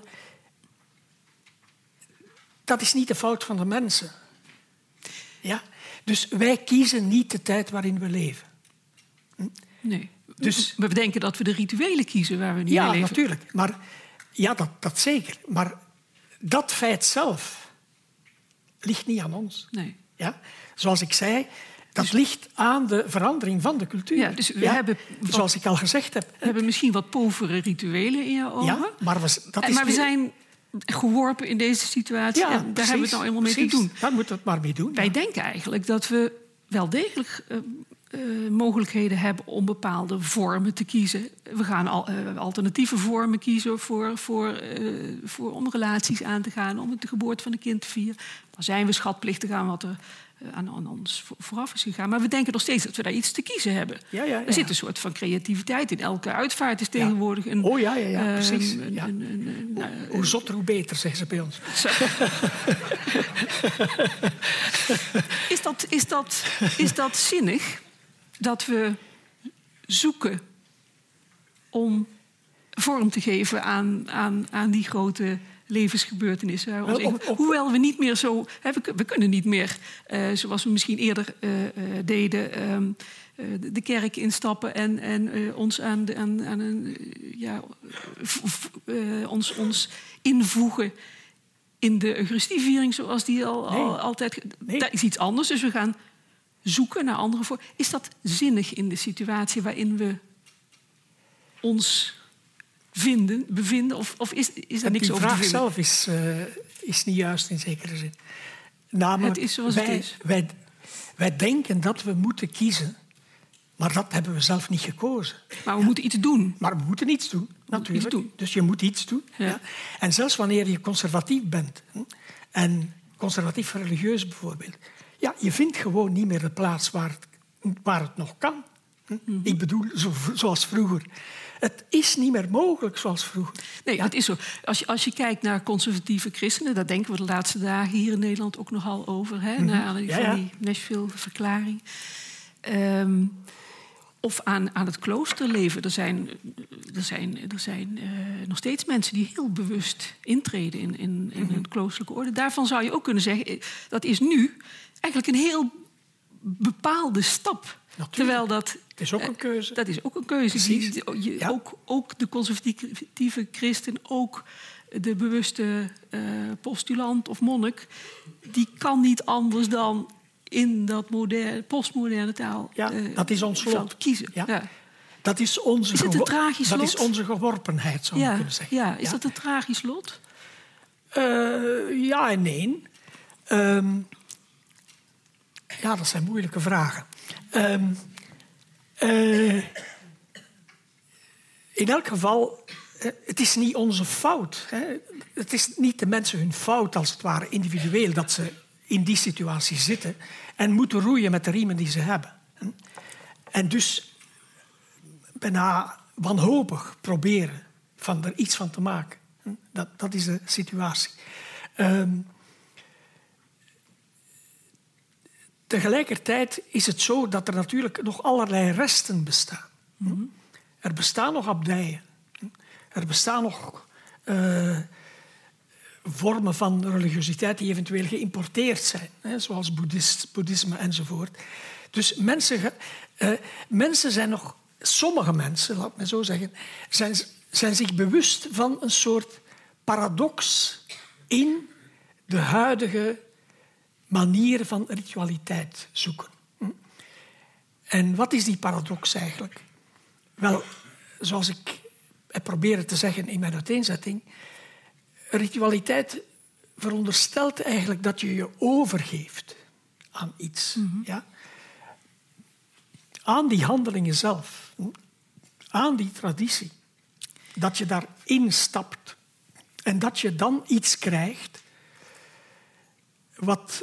Dat is niet de fout van de mensen. Ja? Dus wij kiezen niet de tijd waarin we leven. Nee. Dus we bedenken dat we de rituelen kiezen waar we nu leven. Ja, natuurlijk. Maar, dat zeker. Maar dat feit zelf ligt niet aan ons. Nee. Ja? Zoals ik zei, dat ligt aan de verandering van de cultuur. Ja, dus we hebben, zoals ik al gezegd heb. We hebben misschien wat povere rituelen in je ogen. Ja, maar we zijn geworpen in deze situatie. Ja, en daar precies, hebben we het nou eenmaal mee te doen. Daar moeten we het maar mee doen. Wij denken eigenlijk dat we wel degelijk mogelijkheden hebben om bepaalde vormen te kiezen. We gaan alternatieve vormen kiezen om relaties aan te gaan, om de geboorte van een kind te vieren. Dan zijn we schatplichtig aan wat er aan ons vooraf is gegaan. Maar we denken nog steeds dat we daar iets te kiezen hebben. Ja. Er zit een soort van creativiteit in. Elke uitvaart is tegenwoordig een... precies. Hoe zotter, hoe beter, zeggen ze bij ons. Is dat zinnig? Dat we zoeken om vorm te geven aan die grote levensgebeurtenissen. Hoewel we niet meer zo... We kunnen niet meer, zoals we misschien eerder deden... de kerk instappen en ons ons invoegen in de Eucharistieviering, zoals die altijd... Nee. Dat is iets anders, dus we gaan zoeken naar andere vormen. Is dat zinnig in de situatie waarin we ons bevinden? Of is er niks over te vinden? Die vraag zelf is niet juist in zekere zin. Namelijk, het is zoals het is. Wij denken dat we moeten kiezen, maar dat hebben we zelf niet gekozen. Maar we moeten iets doen. Maar we moeten iets doen, natuurlijk. Iets doen. Dus je moet iets doen. Ja. Ja. En zelfs wanneer je conservatief bent, en conservatief religieus bijvoorbeeld... Ja, je vindt gewoon niet meer de plaats waar het nog kan. Mm-hmm. Ik bedoel, zoals vroeger. Het is niet meer mogelijk zoals vroeger. Nee, het is zo. Als je kijkt naar conservatieve christenen... daar denken we de laatste dagen hier in Nederland ook nogal over. Hè, naar aanleiding van die Nashville-verklaring. Of aan het kloosterleven. Er zijn nog steeds mensen die heel bewust intreden in een kloostelijke orde. Daarvan zou je ook kunnen zeggen... dat is nu eigenlijk een heel bepaalde stap. Natuurlijk. Terwijl dat... Het is ook een keuze. Dat is ook een keuze. Ook de conservatieve christen, ook de bewuste postulant of monnik... die kan niet anders dan in dat postmoderne taal dat is ons lot. Kiezen. Ja. Ja. Dat is onze is het een tragisch lot? Dat is onze geworpenheid, zou je kunnen zeggen. Ja. Is dat een tragisch lot? Ja en nee. Dat zijn moeilijke vragen. In elk geval, het is niet onze fout. Hè. Het is niet de mensen hun fout, als het ware, individueel... dat ze in die situatie zitten en moeten roeien met de riemen die ze hebben. En dus bijna wanhopig proberen van er iets van te maken. Dat is de situatie. Tegelijkertijd is het zo dat er natuurlijk nog allerlei resten bestaan. Mm-hmm. Er bestaan nog abdijen. Er bestaan nog vormen van religiositeit die eventueel geïmporteerd zijn, zoals boeddhisme enzovoort. Dus mensen zijn nog, sommige mensen, laat me zo zeggen, zijn zich bewust van een soort paradox in de huidige manier van ritualiteit zoeken. En wat is die paradox eigenlijk? Wel, zoals ik heb proberen te zeggen in mijn uiteenzetting, ritualiteit veronderstelt eigenlijk dat je je overgeeft aan iets. Mm-hmm. Ja? Aan die handelingen zelf. Aan die traditie. Dat je daarin stapt. En dat je dan iets krijgt wat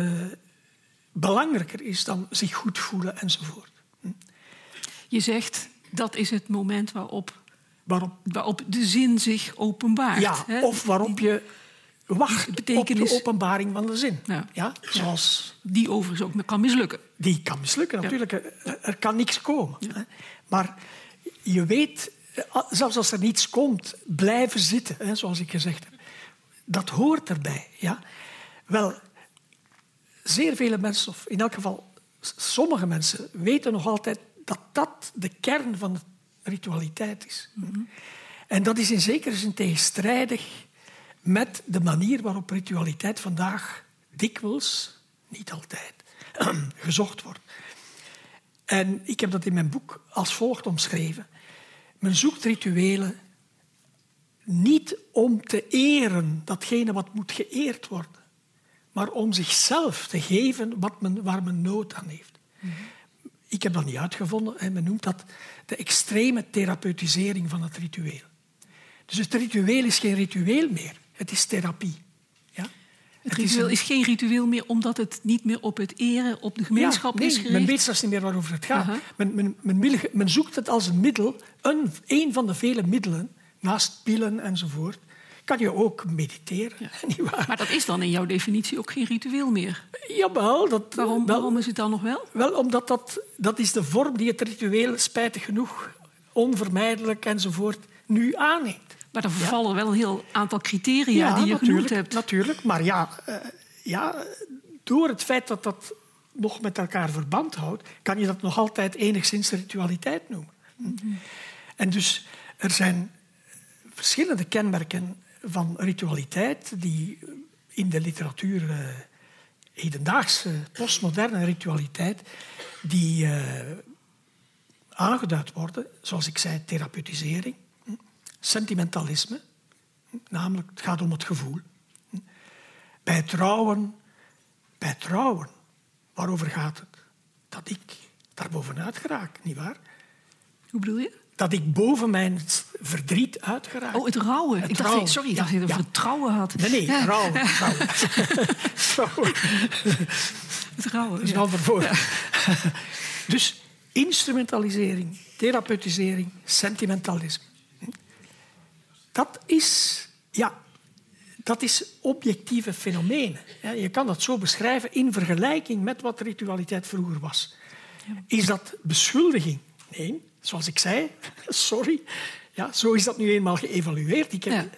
belangrijker is dan zich goed voelen enzovoort. Je zegt, dat is het moment waarop de zin zich openbaart. Ja, hè? Of waarop je wacht op de openbaring van de zin. Ja, zoals die overigens ook kan mislukken. Die kan mislukken, natuurlijk. Ja. Er kan niks komen. Ja. Hè? Maar je weet, zelfs als er niets komt, blijven zitten, hè, zoals ik gezegd heb. Dat hoort erbij. Ja? Wel, zeer vele mensen, of in elk geval sommige mensen, weten nog altijd dat dat de kern van de ritualiteit is. Mm-hmm. En dat is in zekere zin tegenstrijdig met de manier waarop ritualiteit vandaag dikwijls, niet altijd, gezocht wordt. En ik heb dat in mijn boek als volgt omschreven. Men zoekt rituelen niet om te eren datgene wat moet geëerd worden, maar om zichzelf te geven waar men nood aan heeft. Mm-hmm. Ik heb dat niet uitgevonden. Hè. Men noemt dat de extreme therapeutisering van het ritueel. Dus het ritueel is geen ritueel meer. Het is therapie. Ja? Het ritueel is geen ritueel meer omdat het niet meer op het eren, op de gemeenschap is gericht. Men weet zelfs niet meer waarover het gaat. Uh-huh. Men zoekt het als een middel, een van de vele middelen, naast pillen enzovoort. Kan je ook mediteren. Ja. Niet waar? Maar dat is dan in jouw definitie ook geen ritueel meer? Jawel. Waarom is het dan nog wel? Wel, omdat dat is de vorm die het ritueel, spijtig genoeg, onvermijdelijk enzovoort, nu aanneemt. Maar er vervallen wel een heel aantal criteria die je genoemd hebt. Natuurlijk, maar door het feit dat dat nog met elkaar verband houdt, kan je dat nog altijd enigszins ritualiteit noemen. Mm-hmm. En dus er zijn verschillende kenmerken van ritualiteit die in de literatuur, hedendaagse, postmoderne ritualiteit, die aangeduid worden, zoals ik zei, therapeutisering, sentimentalisme, namelijk het gaat om het gevoel. Bij trouwen, waarover gaat het? Dat ik daar bovenuit geraak, nietwaar? Hoe bedoel je? Dat ik boven mijn verdriet uitgeraak. Oh, het rouwen. Ik dacht dat je over het trouwen had. Nee, rouwen. Het rouwen. Dat is een ander woord. Ja. Dus instrumentalisering, therapeutisering, sentimentalisme. Dat is objectieve fenomenen. Je kan dat zo beschrijven in vergelijking met wat ritualiteit vroeger was. Is dat beschuldiging? Nee. Zoals ik zei, sorry, ja, zo is dat nu eenmaal geëvalueerd.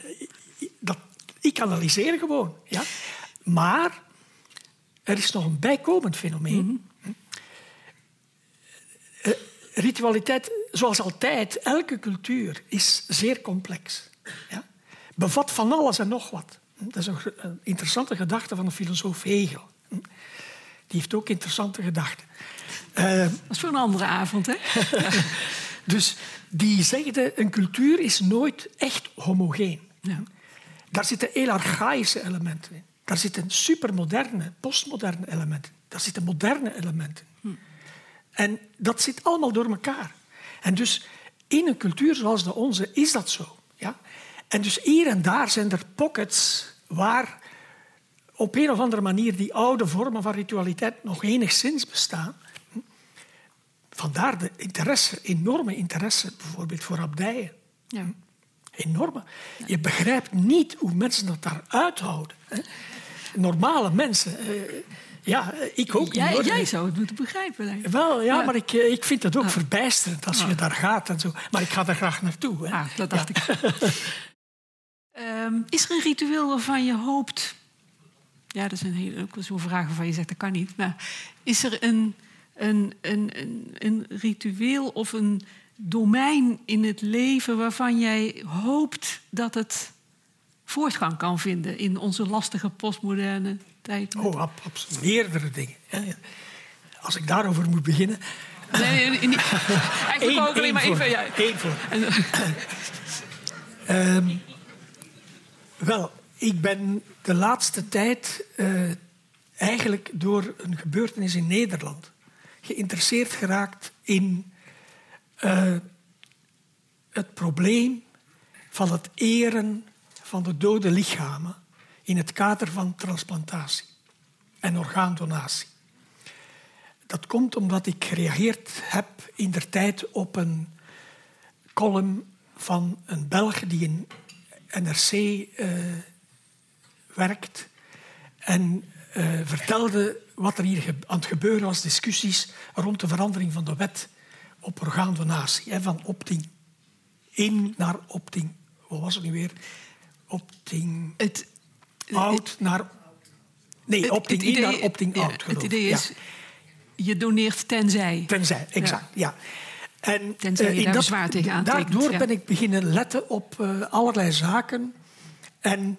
Ik analyseer gewoon. Ja. Maar er is nog een bijkomend fenomeen. Mm-hmm. Ritualiteit, zoals altijd, elke cultuur is zeer complex. Ja. Bevat van alles en nog wat. Dat is een interessante gedachte van de filosoof Hegel. Die heeft ook interessante gedachten. Dat is voor een andere avond, hè? Dus die zegde, een cultuur is nooit echt homogeen. Ja. Daar zitten heel archaïsche elementen in. Daar zitten supermoderne, postmoderne elementen in. Daar zitten moderne elementen in. En dat zit allemaal door elkaar. En dus in een cultuur zoals de onze is dat zo. Ja? En dus hier en daar zijn er pockets waar op een of andere manier die oude vormen van ritualiteit nog enigszins bestaan. Vandaar de interesse, enorme interesse bijvoorbeeld voor abdijen. Ja. Enorme. Je begrijpt niet hoe mensen dat daar uithouden. Hè. Normale mensen. Ik ook niet. Hoor. Jij zou het moeten begrijpen. Hè? Wel, maar ik vind het ook verbijsterend als je daar gaat en zo. Maar ik ga er graag naartoe. Hè. Dat dacht ik. Is er een ritueel waarvan je hoopt... Ja, dat is ook zo'n vraag waarvan je zegt, dat kan niet. Maar is er een ritueel of een domein in het leven waarvan jij hoopt dat het voortgang kan vinden in onze lastige postmoderne tijd? Absoluut. Meerdere dingen. Als ik daarover moet beginnen... Nee, niet. Eigenlijk ook alleen maar even... Ja. Eén voor. Wel, ik ben de laatste tijd eigenlijk door een gebeurtenis in Nederland geïnteresseerd geraakt in het probleem van het eren van de dode lichamen in het kader van transplantatie en orgaandonatie. Dat komt omdat ik gereageerd heb indertijd op een column van een Belg die in NRC werkt en vertelde wat er hier aan het gebeuren was, discussies rond de verandering van de wet op orgaandonatie. Van opting in naar opting... Wat was het nu weer? Opting out naar... Nee, opting in naar opting out. Het idee is, je doneert tenzij. Tenzij, exact, ja. En, tenzij je daar bezwaar tegen aantekent. Daardoor ben ik beginnen letten op allerlei zaken. En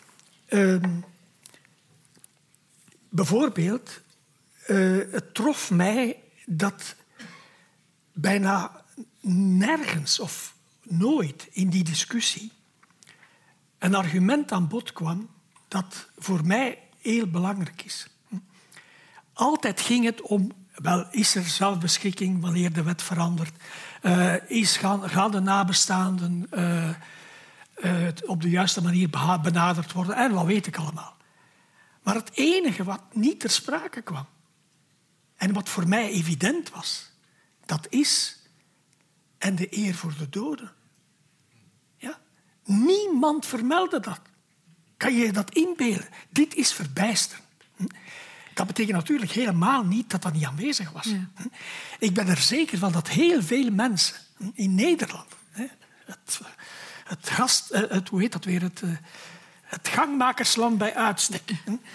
bijvoorbeeld, het trof mij dat bijna nergens of nooit in die discussie een argument aan bod kwam dat voor mij heel belangrijk is. Altijd ging het om, is er zelfbeschikking wanneer de wet verandert? Gaan de nabestaanden op de juiste manier benaderd worden? En wat weet ik allemaal. Maar het enige wat niet ter sprake kwam, en wat voor mij evident was, dat is en de eer voor de doden. Ja? Niemand vermeldde dat. Kan je dat inbeelden? Dit is verbijsterend. Dat betekent natuurlijk helemaal niet dat dat niet aanwezig was. Ja. Ik ben er zeker van dat heel veel mensen in Nederland... hoe heet dat weer? Het gangmakersland bij uitstek.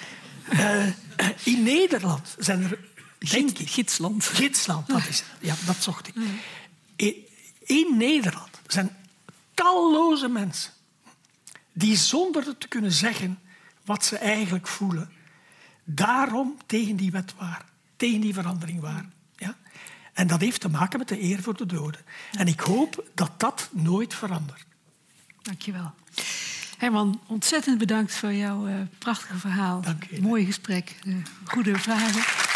In Nederland zijn er... Gidsland. Gidsland, dat is het. Ja, dat zocht ik. In Nederland zijn talloze mensen die zonder het te kunnen zeggen wat ze eigenlijk voelen, daarom tegen die wet waren, tegen die verandering waren. Ja? En dat heeft te maken met de eer voor de doden. En ik hoop dat dat nooit verandert. Dank je wel. Herman, ontzettend bedankt voor jouw prachtige verhaal. Dank je. Mooi gesprek, goede vragen.